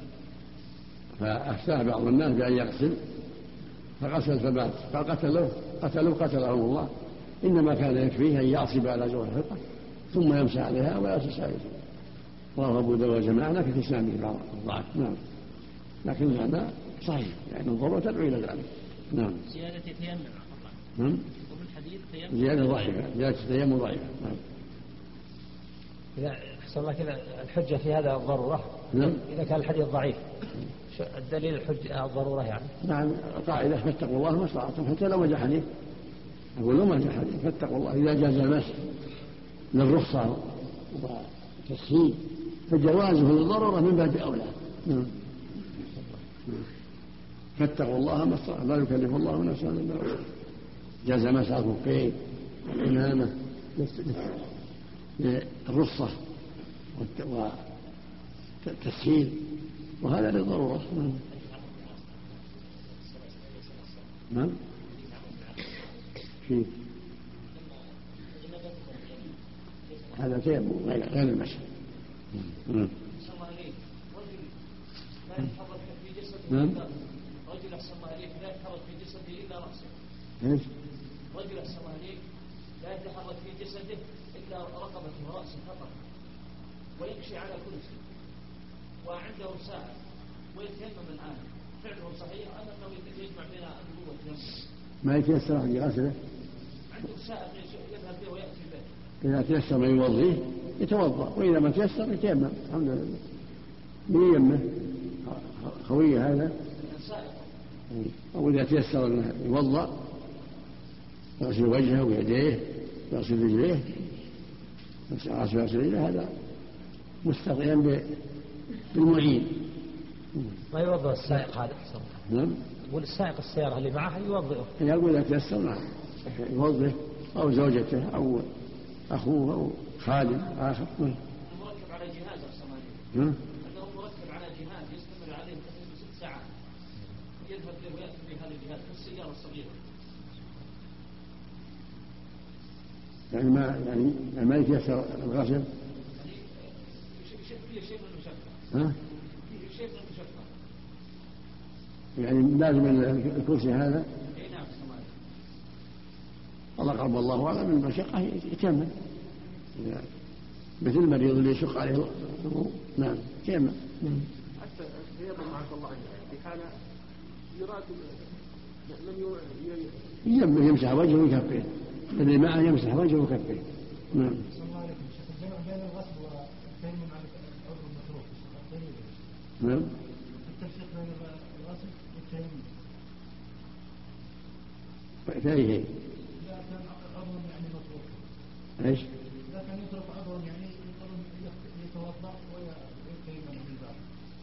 فأفتاه بعض الناس بأن يغسل فغسل فمات فقتله قتلوا قتله الله، إنما كان يكفيه أن يعصب على جرح خرقة ثم يمسح عليها ويغسل سائر رواه أبو داود وجماعة لكن في إسناده بعض الضعف. نعم لكن المعنى صحيح يعني الضرورة تدعو إلى ذلك. نعم زيادة تيمم. نعم وفي الحديث تيمم زيادة ضعيفة زيادة التيمم ضعيفة. نعم إذا أحسن الله كذا الحجة في هذا الضرورة. نعم إذا كان الحديث ضعيف الدليل الحجة الضرورة يعني. نعم قاعدة فاتقوا الله ما استطعتم حتى لو ما جاء حديث أقول لهم ما جاء حديث فاتقوا الله إذا جاز المسح للرخصة وتسهيل فجوازه للضرورة من باب أولى. نعم فاتقوا الله ما استطعتم لا يكلف الله نفسا إلا وسعها جاز مسح الخفين والإمامة للرخصة والتسهيل وهذا للضرورة. نعم في هذا تيمم غير غير المشي. نعم رجل أحسن الله عليك لا يتحرك في جسده إلا رأسه. ايش؟ رجل أحسن الله عليك لا يتحرك في جسده إلا رقبته ورأسه فقط ويمشي على كرسي وعنده ساعة ويتيمم الآن فعله صحيح أم أنه يجمع بين الوضوء والتيمم؟ ما يتيسر في غسله عنده ساعة يذهب به ويأتي به. إذا تيسر ما يوضيه يتوضأ وإذا ما تيسر يتيمم الحمد لله. من يمه خوية هذا أو إذا تيسر أنه يوضأ يغسل وجهه ويديه يغسل رجليه يغسل رجليه هذا مستطيعا بالمعين. ما يوضأ السائق هذا. نعم يقول السائق السيارة اللي معه يوضئه. يقول إذا تيسر نعم يوضئه أو زوجته أو أخوه أو خادم آخر. مركب على جهاز أحسن أنه مركب على جهاز يستمر عليه تقريبا ست ساعات يذهب له ويأتي بهذا الجهاز كالسيارة الصغيرة. يعني ما يعني ما يتيسر الغسل. يعني فيه شيء من المشقة. ها؟ فيه شيء من المشقة. يعني لازم الكرسي هذا. اي نعم الله قرب الله أعلم من المشقة يتيمم. مثل المريض اللي يشق عليه نعم يتيمم. حتى يضع معك الله في حالة يراد من يمسح وجهه وكفيه الذي معه يمسح وجهه وكفيه. نعم. السلام عليكم شيخ الجمع بين الغسل والتيمم على العضو المتروك. نعم. التفريق بين الغسل والتيمم. ثاني شيء. إذا كان عضو يعني متروك. ايش؟ إذا كان يترك عضو يعني يتوضأ ويتيمم من بعد.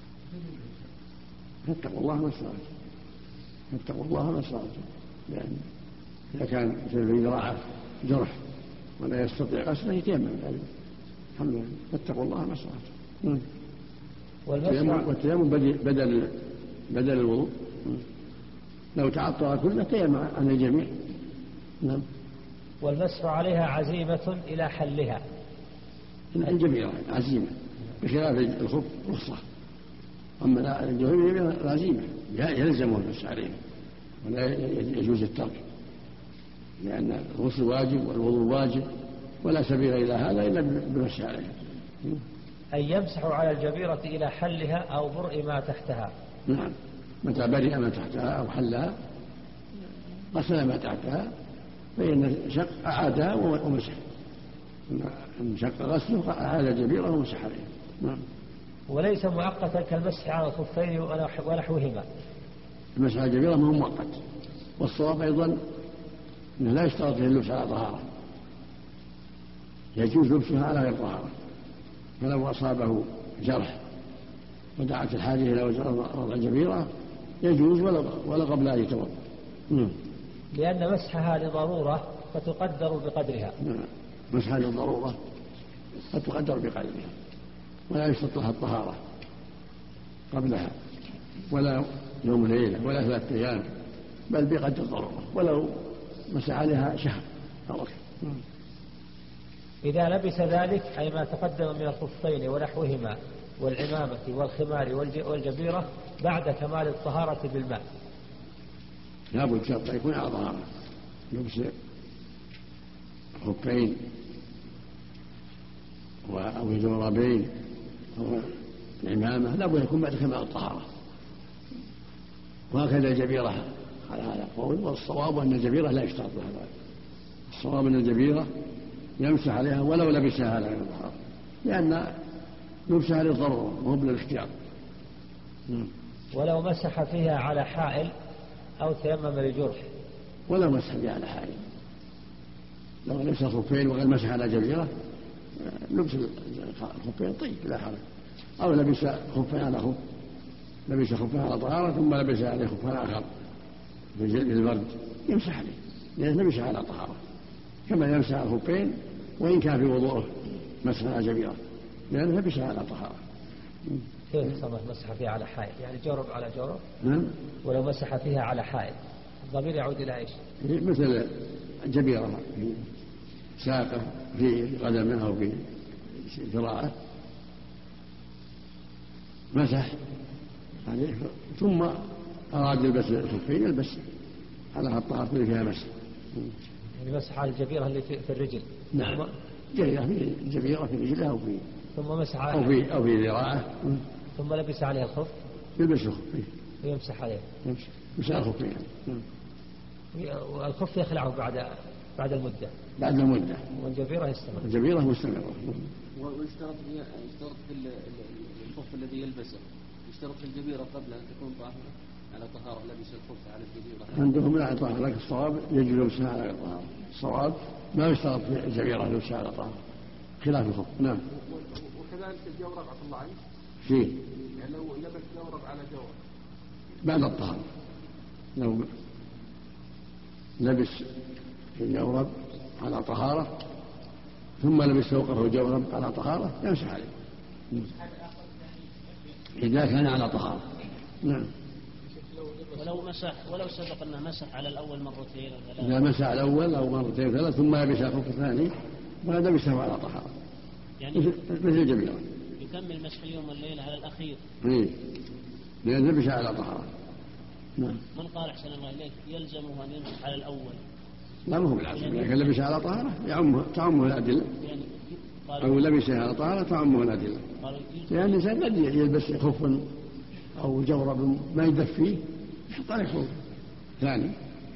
فاتقوا الله ما استطعتم. فاتقوا الله ما استطعتم. يعني إذا كان في ذراعه جرح ولا يستطيع غسله يتيمم يعني الحمد لله. فاتقوا الله ما استطعتم. والتيمم بدل بدل الوضوء. لو تعطر كله تيمم عن الجميع. نعم. والمسح عليها عزيمة إلى حلها. الجميع عزيمة بخلاف الخف رخصة. أما الجميع عزيمة يلزمه المسح عليها ولا يجوز الترك لأن الغسل واجب والوضوء واجب ولا سبيل إلى هذا إلا بالمسح عليها. أن يمسح على الجبيرة إلى حلها أو برء ما تحتها. نعم متى برئ ما تحتها أو حلها غسل ما تحتها فإن شق أعادها ومسح. إن شق غسله أعاد الجبيرة ومسح عليها. نعم. وليس مؤقتا كالمسح على الخفين ونحوهما. المسح على الجبيرة ما هو مؤقت. والصواب أيضا أنه لا يشترط فيه اللبس على طهارة يجوز لبسها على غير طهارة. فلو أصابه جرح ودعت الحاجة إلى وضع الجبيرة يجوز ولا قبل أن يتوضأ. لأن مسحها لضرورة فتقدر بقدرها. مسحها للضرورة فتقدر بقدرها ولا يشترط لها الطهارة قبلها ولا يوم ليلة ولا ثلاثة أيام بل بقدر الضرورة ولو مسح عليها شهر أو أكثر. إذا لبس ذلك أي ما تقدم من الخفين ونحوهما والعمامة والخمار والجبيرة بعد كمال الطهارة بالماء. لابد شرط يكون على طهارة. لبس الخفين أو الجوربين أو العمامة لا بد يكون بعد كمال الطهارة. وهكذا الجبيرة على هذا القول، والصواب أن الجبيرة لا يشترط لها ذلك. الصواب أن الجبيرة يمسح عليها ولو لبسها على غير الطهارة، لأن لبسها للضرورة وهو بالاختيار. ولو مسح فيها على حائل أو تيمم لجرح. ولو مسح فيها على حائل، لو لبس الخفين وغير مسح على جبيرة لبس الخفين طيب لا حرج، أو لبس خفين على خف، لبس خفين على طهارة ثم لبس عليه خفين آخر في البرد يمسح عليه، لأنه لبس على طهارة كما يمسح على الخفين وإن كان في وضوءه مسح على جبيرة لأنه لبس على طهارة. كيف سمح مسح فيها على حائل؟ يعني جورب على جورب؟ نعم. ولو مسح فيها على حائل الضمير يعود إلى إيش؟ مثل جبيرة في ساقه في قدمه أو في ذراعه مسح عليه ثم أراد يلبس الخفين يلبس على الطهارة اللي فيها مسح. يعني مسح على الجبيرة اللي في الرجل. نعم. جبيرة في الجبيرة في رجله أو في ثم مسح أو في أو في ذراعه ثم لبس عليه الخف يلبس الخف ويمسح عليه. يمسح يمسح الخف يعني. والخف يخلعه بعد بعد المدة. بعد المدة. والجبيرة يستمر. الجبيرة مستمرة. ويشترط يشترط في الخف الذي يلبسه، يشترط في الجبيرة قبل أن تكون طاهرة على طهارة لبس الخف على الجبيرة. عندهم لا طهارة، لكن الصواب يجب لبسها على طهارة. الصواب ما يشترط في الجبيرة لبسها على طهارة خلاف الخف. نعم. وكذلك الجورب عفى الله عنك. فيه. يعني لو لبس جورب على جورب. بعد الطهارة. لو لبس الجورب على طهارة ثم لبس فوقه الجورب على طهارة يمسح عليه إذا كان على طهارة. نعم. ولو مسح ولو سبق أنه مسح على الأول مرتين أو ثلاث. إذا مسح الأول أو مرتين ثلاث ثم لبس الخف الثاني وهذا لبسه على طهارة. يعني مثل الجبيرة. يكمل مسح اليوم والليلة على الأخير. إيه. لأن لبس على طهارة. نعم. من قال أحسن الله إليك يلزمه أن يمسح على الأول؟ لا ما هو بالعكس، لكن لبس على طهارة يعمه تعمه الأدلة. يعني أو لبس على طهارة تعمه الأدلة. لأن الإنسان قد يلبس خف أو جورب ما يدفيه يحط عليه خف ثاني.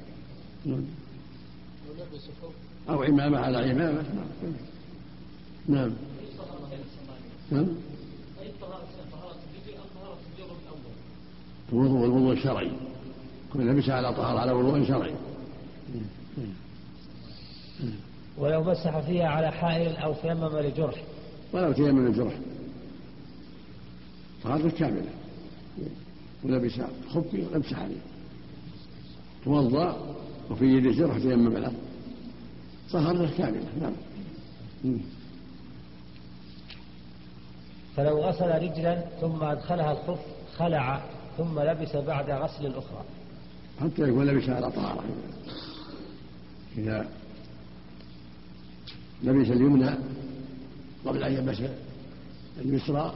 أو عمامة على عمامة. نعم. نعم. الوضوء الوضوء الشرعي كل لبس على طهارة على وضوء شرعي. ولو مسح فيها على حائل أو تيمم لجرح. ولو تيمم لجرح طهارته كاملة ولبس خفي ولبس عليه توضأ وفي يد جرح تيمم له طهارته كاملة. نعم. فلو غسل رجلا ثم أدخلها الخف خلع ثم لبس بعد غسل الأخرى حتى يكون لبس على طهارة. إذا لبس اليمنى قبل أن يلبس اليسرى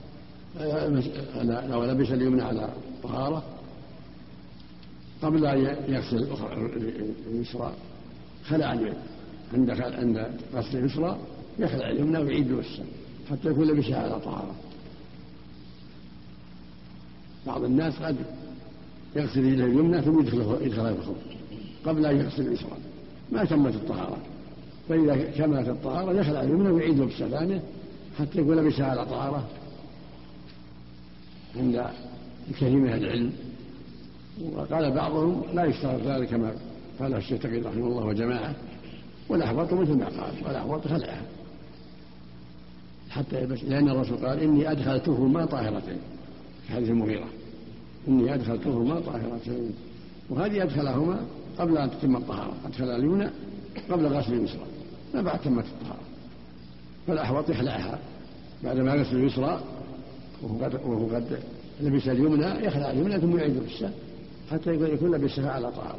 لو لبس اليمنى على طهارة قبل أن يغسل الأخرى اليسرى خلع اليد عند عند غسل اليسرى يخلع اليمنى ويعيد لبسها حتى يكون لبسها على طهارة. بعض الناس قد يغسل يده اليمنى ثم يدخلها يدخلها في الخف قبل أن يغسل اليسرى ما تمت الطهارة، فإذا كملت الطهارة يخلع اليمنى ويعيد لبسها ثانية حتى يكون لبسها على طهارة عند كثير من العلم. وقال بعضهم لا يشترط ذلك كما قال الشيخ تقي رحمه الله وجماعة، والأحوط مثل ما قال والأحوط خلعها حتى يلبس، لأن الرسول قال إني أدخلتهما طاهرتين في حديث المغيرة إني أدخلتهما طاهرتين، وهذه أدخلهما قبل أن تتم الطهارة، أدخل اليمنى قبل غسل اليسرى ما بعد تمت الطهارة، فالأحوط يخلعها بعد ما غسل اليسرى وهو قد, وهو قد لبس اليمنى يخلع اليمنى ثم يعيد لبسها حتى يكون لبسها على طهارة.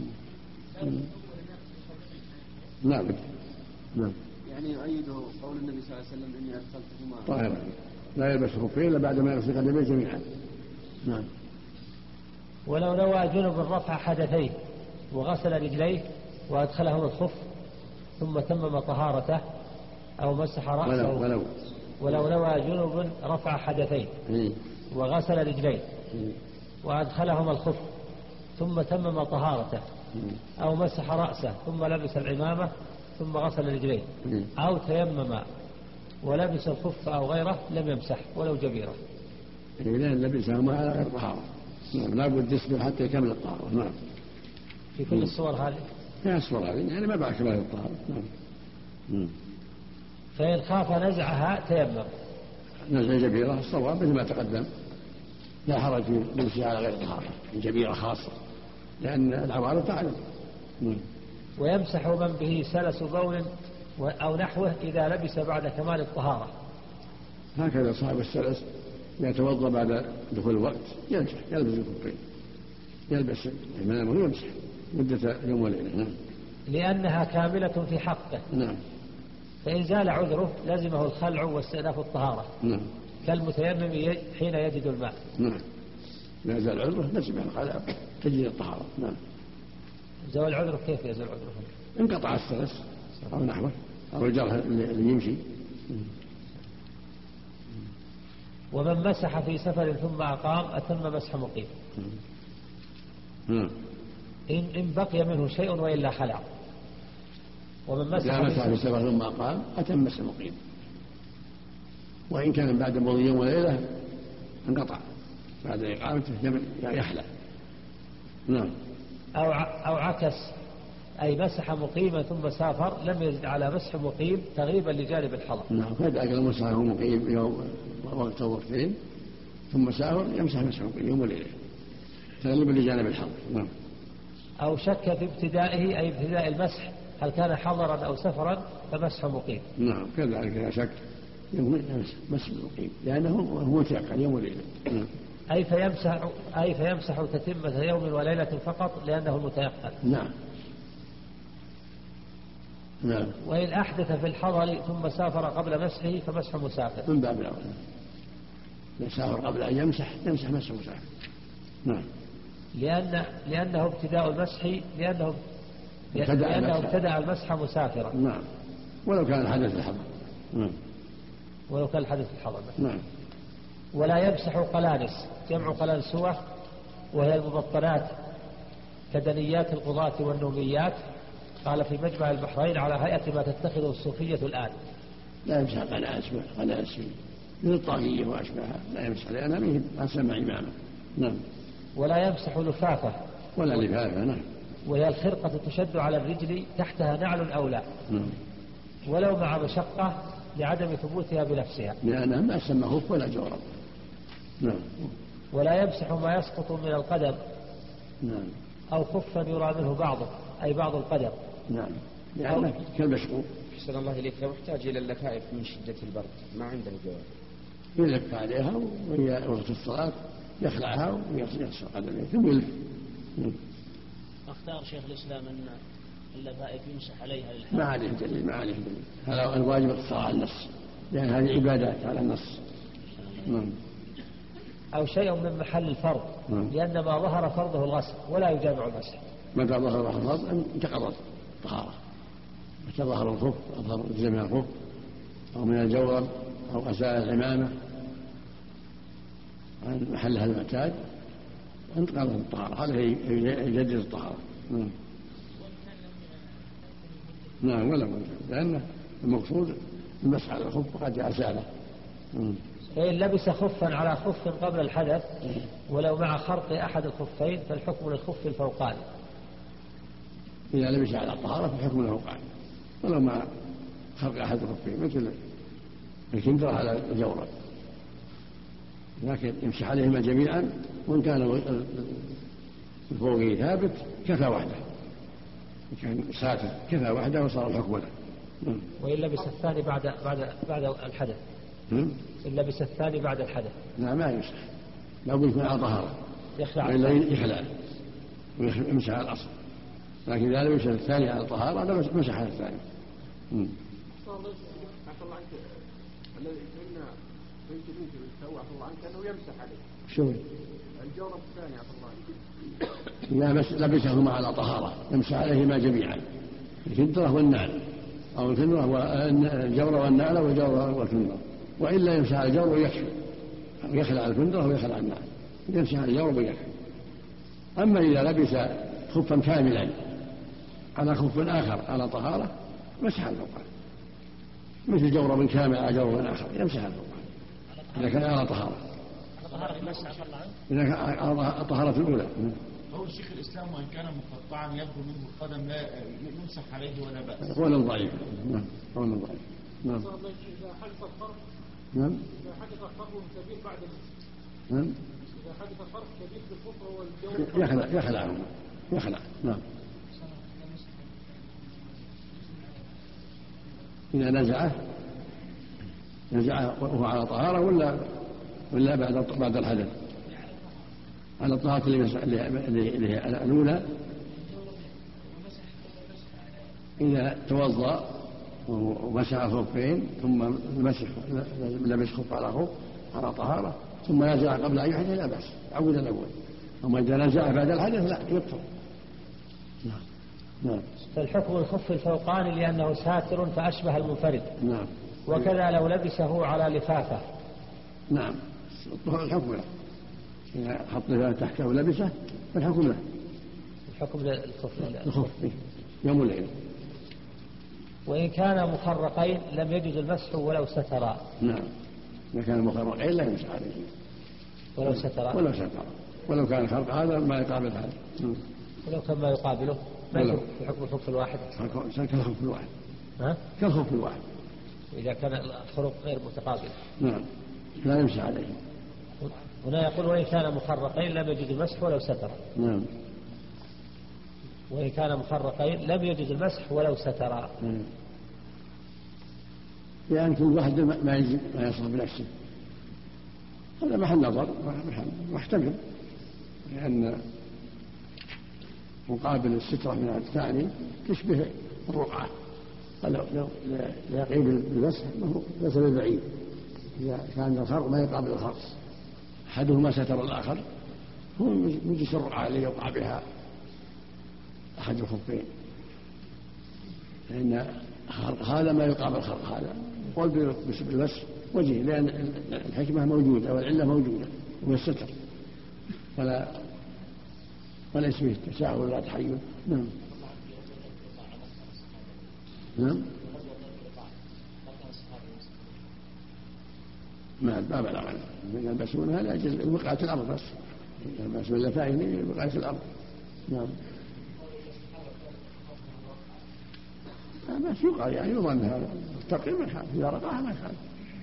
نعم. نعم. يعني يؤيد قول النبي صلى الله عليه وسلم إني أدخلتهما طاهرة لا يلبس خفين إلا بعد ما يغسل قدميه جميعا. نعم. ولو نوى جنب رفع حدثيه وغسل رجليه وأدخلهما الخف ثم تمم طهارته أو مسح رأسه ولو, ولو. ولو نوى جنب رفع حدثين وغسل رجلين وأدخلهما الخف ثم تمم طهارته أو مسح رأسه ثم لبس العمامة ثم غسل رجلين أو تيمم ولبس الخف أو غيره لم يمسح ولو جبيرة. إذا لبسهما على غير طهارة لا بد يسبح حتى يكمل الطهارة. نعم. في كل الصور هذه في الصور هذه يعني ما بعد كمال الطهارة. نعم. فإن خاف نزعها تيمم. نزع جبيرة الصواب مثل ما تقدم لا حرج في لبسها على غير طهارة جبيرة خاصة لأن العوارض تعلم. ويمسح من به سلس بول أو نحوه إذا لبس بعد كمال الطهارة. هكذا صاحب السلس يتوضأ بعد دخول الوقت يمسح يلبس الكفين يلبس العمامة ويمسح مدة يوم وليلة. نعم. لأنها كاملة في حقه. نعم. فإن زال عذره لزمه الخلع واستئناف الطهارة. نعم. كالمتيمم حين يجد الماء. نعم. إذا زال عذره لزمه الخلع تجديد الطهارة. نعم. زوال عذره كيف يزول عذره؟ انقطع السلس أو نحوه أو الجرح اللي يمشي. ومن مسح في سفر ثم أقام أتم مسح مقيم. نعم. إن, إن بقي منه شيء وإلا خلع. ومن مسح في سفر ثم أقام أتم مسح مقيم وإن كان بعد مضي يوم وليلة انقطع بعد إقامته يحلى. نعم. أو أو عكس أي مسح مقيما ثم سافر لم يزد على مسح مقيم تغيبا لجانب الحضر. نعم. فإذا أكل مسح مقيم يوم وقت أو وقتين ثم سافر يمسح مسح مقيم يوم وليلة تغيبا لجانب الحضر. نعم. أو شك في ابتدائه أي ابتداء المسح هل كان حضرا أو سفرا فمسح مقيم. نعم. كذلك لا شك مسح مقيم لأنه هو متيقن يوم وليلة. نعم. أي فيمسح أي فيمسح تتمة يوم وليلة فقط لأنه متيقن. نعم. نعم. وإن أحدث في الحضر ثم سافر قبل مسحه فمسح مسافر. من باب الأولى. إذا سافر قبل أن يمسح يمسح مسح مسافر. نعم. لأن لأنه ابتداء المسح لأنه لأنه ابتدأ المسح مسافرا. نعم. ولو كان الحدث في الحضر. نعم. ولو كان الحدث في الحضر. نعم. ولا يمسح قلانس جمع قلنسوة وهي المبطنات كدنيات القضاة والنوميات. قال في مجمع البحرين على هيئة ما تتخذه الصوفية الآن. لا يمسح قلانس قلانس من الطاغية وأشباهها لا يمسح لأنها ما سمع إمامه. نعم. ولا يمسح لفافة ولا لفافة. نعم. وهي الخرقة تشد على الرجل تحتها نعل أو لا. نعم. ولو مع مشقة لعدم ثبوتها بنفسها لأنها ما سمى خف ولا جورب. نعم. ولا يمسح ما يسقط من القدم. نعم. أو خفا يرى منه بعضه أي بعض القدم. نعم. لأنه كالمشقوق. أحسن الله إليك لو احتاج إلى اللفائف من شدة البرد ما عنده جواب يلف عليها وهي وقت الصلاة يخلعها ويغسل قدميه ثم يلف. اختار شيخ الإسلام أن اللفائف يمسح عليها للحاجة. ما عليه دليل ما عليه دليل هذا الواجب اقتصار على النص لأن هذه عبادات على النص. نعم. أو شيء من محل الفرض لأن ما ظهر فرضه الغسل ولا يجامع المسح. متى ظهر الفرض انتقضت الطهارة. متى ظهر الخف أظهر جزء من الخف أو من الجورب أو أساء العمامة عن محلها المعتاد انتقضت الطهارة. هذا يجدد الطهارة. نعم. نعم. ولا لأن المقصود المسح على الخف وقد جاء سهله. فإن لبس خفا على خف قبل الحدث ولو مع خرق أحد الخفين فالحكم للخف الفوقاني. إذا لبس على الطهارة فالحكم الفوقاني ولو مع خرق أحد الخفين مثل الكندرة على الجورب لكن يمسح عليهما جميعا وإن كان الفوقي ثابت كفى وحده كان ساتر كفى وحده وصار الحكم له. وإن لبس الثاني بعد بعد بعد الحدث. إن لبس الثاني بعد الحدث. لا ما يمسح لو بد يكون على طهارة يخلع وإلا يخلع ويمسح على الأصل لكن إذا لبس الثاني على طهارة مسح على الثاني. الذي كنا يمكن يسوي عفوا الله عنك أنه يمسح عليه. شو الجورب الثاني عفوا الله عنك. إذا لبسهما على طهارة يمسح عليهما جميعا الكندرة والنعل أو الكندرة والجورة والنعلة والجورة والكندرة، وإلا يمسح على الجورة ويكفي، ويخلع الكندرة ويخلع النعل، يمسح على الجورة ويكفي. أما إذا لبس خفا كاملا على خف آخر على طهارة مسح الفوقان، مثل جورب كامل على جورب آخر يمسح الفوقان إذا كان على طهارة، إذا كان على الطهارة الأولى. هو الشيخ الإسلام وإن كان مقطعا يبدو منه القدم لا يمسح عليه ولا بأس. قول ضعيف. نعم قول ضعيف. نعم. إذا حدث الفرق. نعم. إذا حدث فرق كبير بعد نعم. إذا حدث فرق كبير في الكفر والجو. يخلع يخلعهم يخلع. نعم. إذا نزعه نزعه وهو على طهارة ولا ولا بعد بعد الحدث؟ على الطهارة اللي هي الأولى. إذا توضأ ومسح الخفين ثم مسح لبس خف على خف على طهارة ثم نزع قبل أي حدث لا بأس، عود الأول. أما إذا نزع بعد الحدث لا يكفر. نعم. نعم. فالحكم الخف الفوقاني لأنه ساتر فأشبه المنفرد. نعم. وكذا لو لبسه على لفافة. نعم. الحكم له إذا حط لفافة تحته ولبسه فالحكم له. الحكم للخف الخف يوم الليل. وإن كان مخرقين لم يجوز المسح ولو سترا. نعم. إذا كان مخرقين لا يمسح عليه ولو سترا. ولو سترا ولو كان خرق هذا ما يقابل هذا. ولو كان ما يقابله ما يكون في حكم الخف الواحد. كالخف الواحد. ها؟ كالخف الواحد. إذا كان الخروق غير متقابل. نعم. لا يمسح عليه. هنا يقول وإن كان مخرقين لم يجوز المسح ولو سترا. نعم. وإن كان مخرقين لم يجوز المسح ولو سترا. يعني كل واحد ما يجب ما يصل بنفسه، هذا محل نظر محتمل، لأن مقابل السترة من الثاني تشبه الرقعة، ليقيم المسح ليس بالبعيد. إذا كان الخرق ما يقابل الخرص أحدهما ستر الآخر هو مجلس الرقعة اللي يوقع بها أحد الخفين، لأن هذا ما يقابل خرق هذا. قول بالمسح وجه لأن الحكمة موجودة والعلة موجودة وهي الستر، فلا وليس فيه تساهل ولا تحيل. نعم. نعم. ما ما بلغ من يلبسون هذا أجل وقعة الأرض بس، يلبسون اللفائن وقعة الأرض. نعم. بس يقال يعني يظن هذا التقييم ما يخالف، إذا رقعها ما يخالف،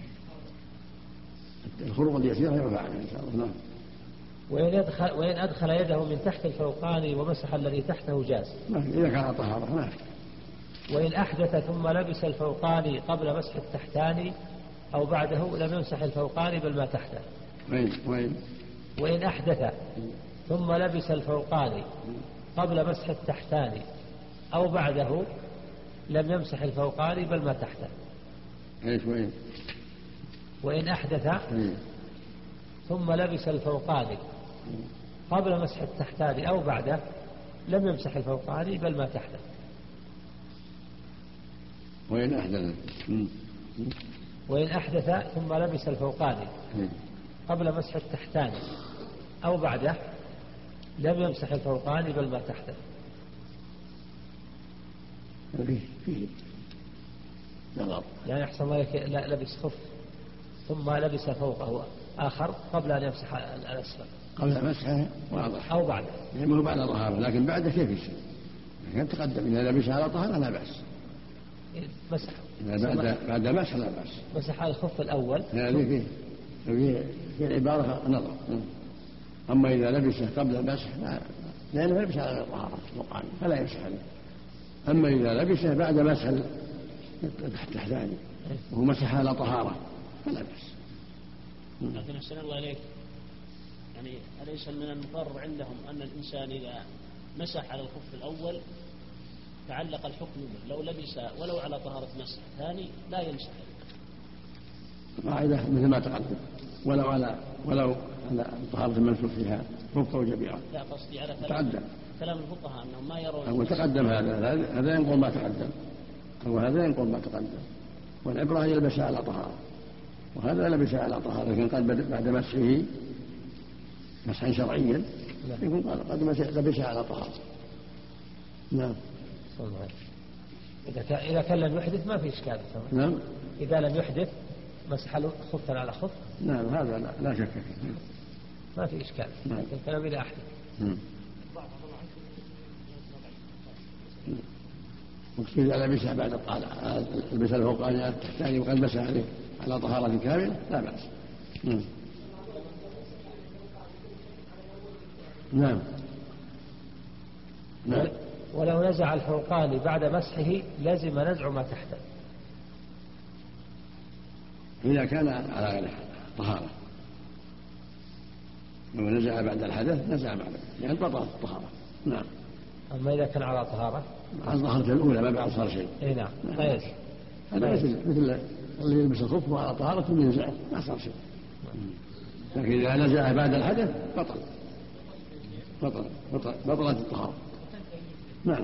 الخروق اليسيرة يرفع عنها إن شاء الله. نعم. وإن أدخل, وإن أدخل يده من تحت الفوقاني ومسح الذي تحته جاز. إذا كان طهارة. نعم. وإن أحدث ثم لبس الفوقاني قبل مسح التحتاني أو بعده لم يمسح الفوقاني بل ما تحته. وين وين وإن أحدث ثم لبس الفوقاني قبل مسح التحتاني أو بعده لم يمسح الفوقاني بل ما تحته. ايش وين؟ وإن أحدث ثم لبس الفوقاني قبل مسح التحتاني أو بعده لم يمسح الفوقاني بل ما تحته. وإن أحدث وإن أحدث ثم لبس الفوقاني قبل مسح التحتاني أو بعده لم يمسح الفوقاني بل ما تحته. فيه فيه نظر، يعني يحصل ما لبس خف ثم لبس فوقه آخر قبل أن يمسح الأسفل. قبل مسحه واضح. أو بعده. يعني هو بعد طهارة، لكن بعده كيف يصير؟ لكن تقدم إذا لبس على طهارة لا بأس. مسح. إذا بعد بعد مسح لا بأس. مسح الخف الأول. يعني فيه فيه في العبارة نظر. أما إذا لبسه قبل المسح لا، لأنه لبس على طهارة وقع فلا يمسح عليه. أما إذا لبسه بعد مسح التحتاني وهو مسح على طهارة فلا بأس. لكن أحسن الله إليك، يعني أليس من المقرر عندهم أن الإنسان إذا مسح على الخف الأول تعلق الحكم به، لو لبس ولو على طهارة مسح ثاني لا يمسح. قاعدة مثل ما تقدم، ولو على ولو على طهارة المنسوخ فيها ربطة وجبيرة. لا قصدي على كلام كلام الفقهاء أنهم ما يرون. أقول تقدم هذا هذا ينقل ما تقدم. وهذا ينقل ما تقدم. والعبرة أن يلبس على طهارة، وهذا لبس على طهارة، لكن قد بعد مسحه مسحا شرعيا يكون قد لبس على طهارة. نعم. إذا كان إذا كان لم يحدث ما في إشكال. نعم. إذا لم يحدث مسح خفا على خف. نعم هذا لا, لا شك فيه. ما في إشكال. نعم. لكن كلام إذا أحدث. نعم. مقصود إذا لبس بعد الطالع البس الفوقاني التحتاني وقد مسح عليه على طهارة كاملة لا بأس. نعم. نعم. نعم. ولو نزع الفوقاني بعد مسحه لزم نزع ما تحته إذا كان على غير طهارة. لو نزع بعد الحدث نزع بعد يعني بطلت الطهارة. نعم. أما إذا كان على طهارة على الطهارة الأولى ما بعد صار شيء. إيه نعم. طيب. هذا مثل مثل اللي يلبس الخف وعلى طهارة ينزعه ما صار شيء. لكن إذا نزع بعد الحدث بطل بطل بطل بطلت الطهارة. نعم.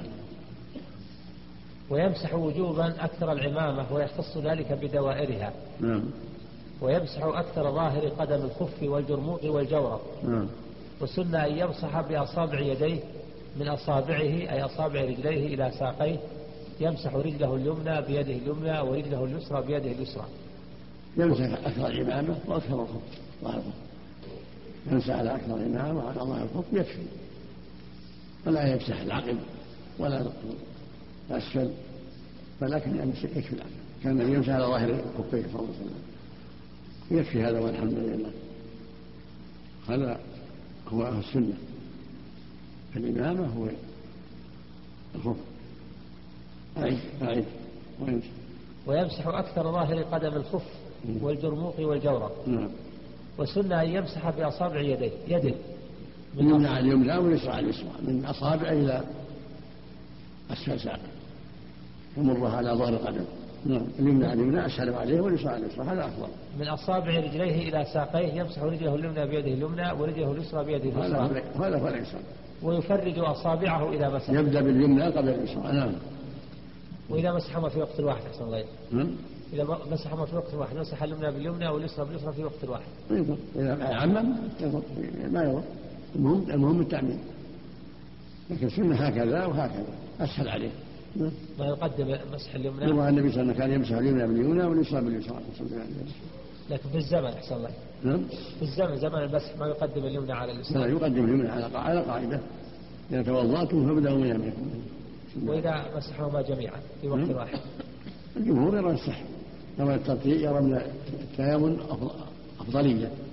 ويمسح وجوبا أكثر العمامة ويختص ذلك بدوائرها. نعم. ويمسح أكثر ظاهر قدم الخف والجرموق والجورب. نعم. وسن أن يمسح بأصابع يديه من أصابعه أي أصابع رجليه إلى ساقيه، يمسح رجله اليمنى بيده اليمنى ورجله اليسرى بيده اليسرى. يمسح أكثر العمامة وأكثر الخف ظاهر يمسح على أكثر العمامة وعلى ظاهر الخف يكفي، ولا يمسح العقب ولا الأسفل، ولكن يكفي العقب. كان النبي يمسح على ظاهر الخفين صلى الله عليه وسلم، يكفي هذا والحمد لله. هذا هو السنة. الإمامة هو الخف. أعيد أعيد ويمسح ويمسح أكثر ظاهر قدم الخف والجرموق والجورب. نعم. وسنة أن يمسح بأصابع يديه يده من اليمنى على اليمنى واليسرى على اليسرى، من أصابع إلى أسفل ساق يمرها على ظهر القدم. نعم. اليمنى على اليمنى أسهل عليه واليسرى على اليسرى، هذا أفضل. من أصابع رجليه إلى ساقيه يمسح رجله اليمنى بيده اليمنى ورجله اليسرى بيده اليسرى. هذا هو الإحسان. ويفرج أصابعه إذا مسح. يبدأ باليمنى قبل اليسرى. نعم. وإذا مسحهما في وقت واحد أحسن الله. نعم. إذا مسحهما في وقت واحد مسح اليمنى باليمنى واليسرى باليسرى في وقت واحد. يضر. إذا عمم ما يضر. المهم المهم التعميم. لكن السنة هكذا وهكذا أسهل عليه. ما يقدم مسح اليمنى. هو النبي صلى الله عليه وسلم كان يمسح اليمنى باليمنى واليسرى باليسرى. لكن في الزمن أحسن الله. نعم. في الزمن زمن المسح ما يقدم اليمنى على اليسرى. لا يقدم اليمنى على على قاعدة. إذا توضأتم فابدأوا من يمينكم. وإذا مسحهما جميعا في وقت واحد. الجمهور يرى الصح، يرى الترتيب، يرى من التيامن أفضلية.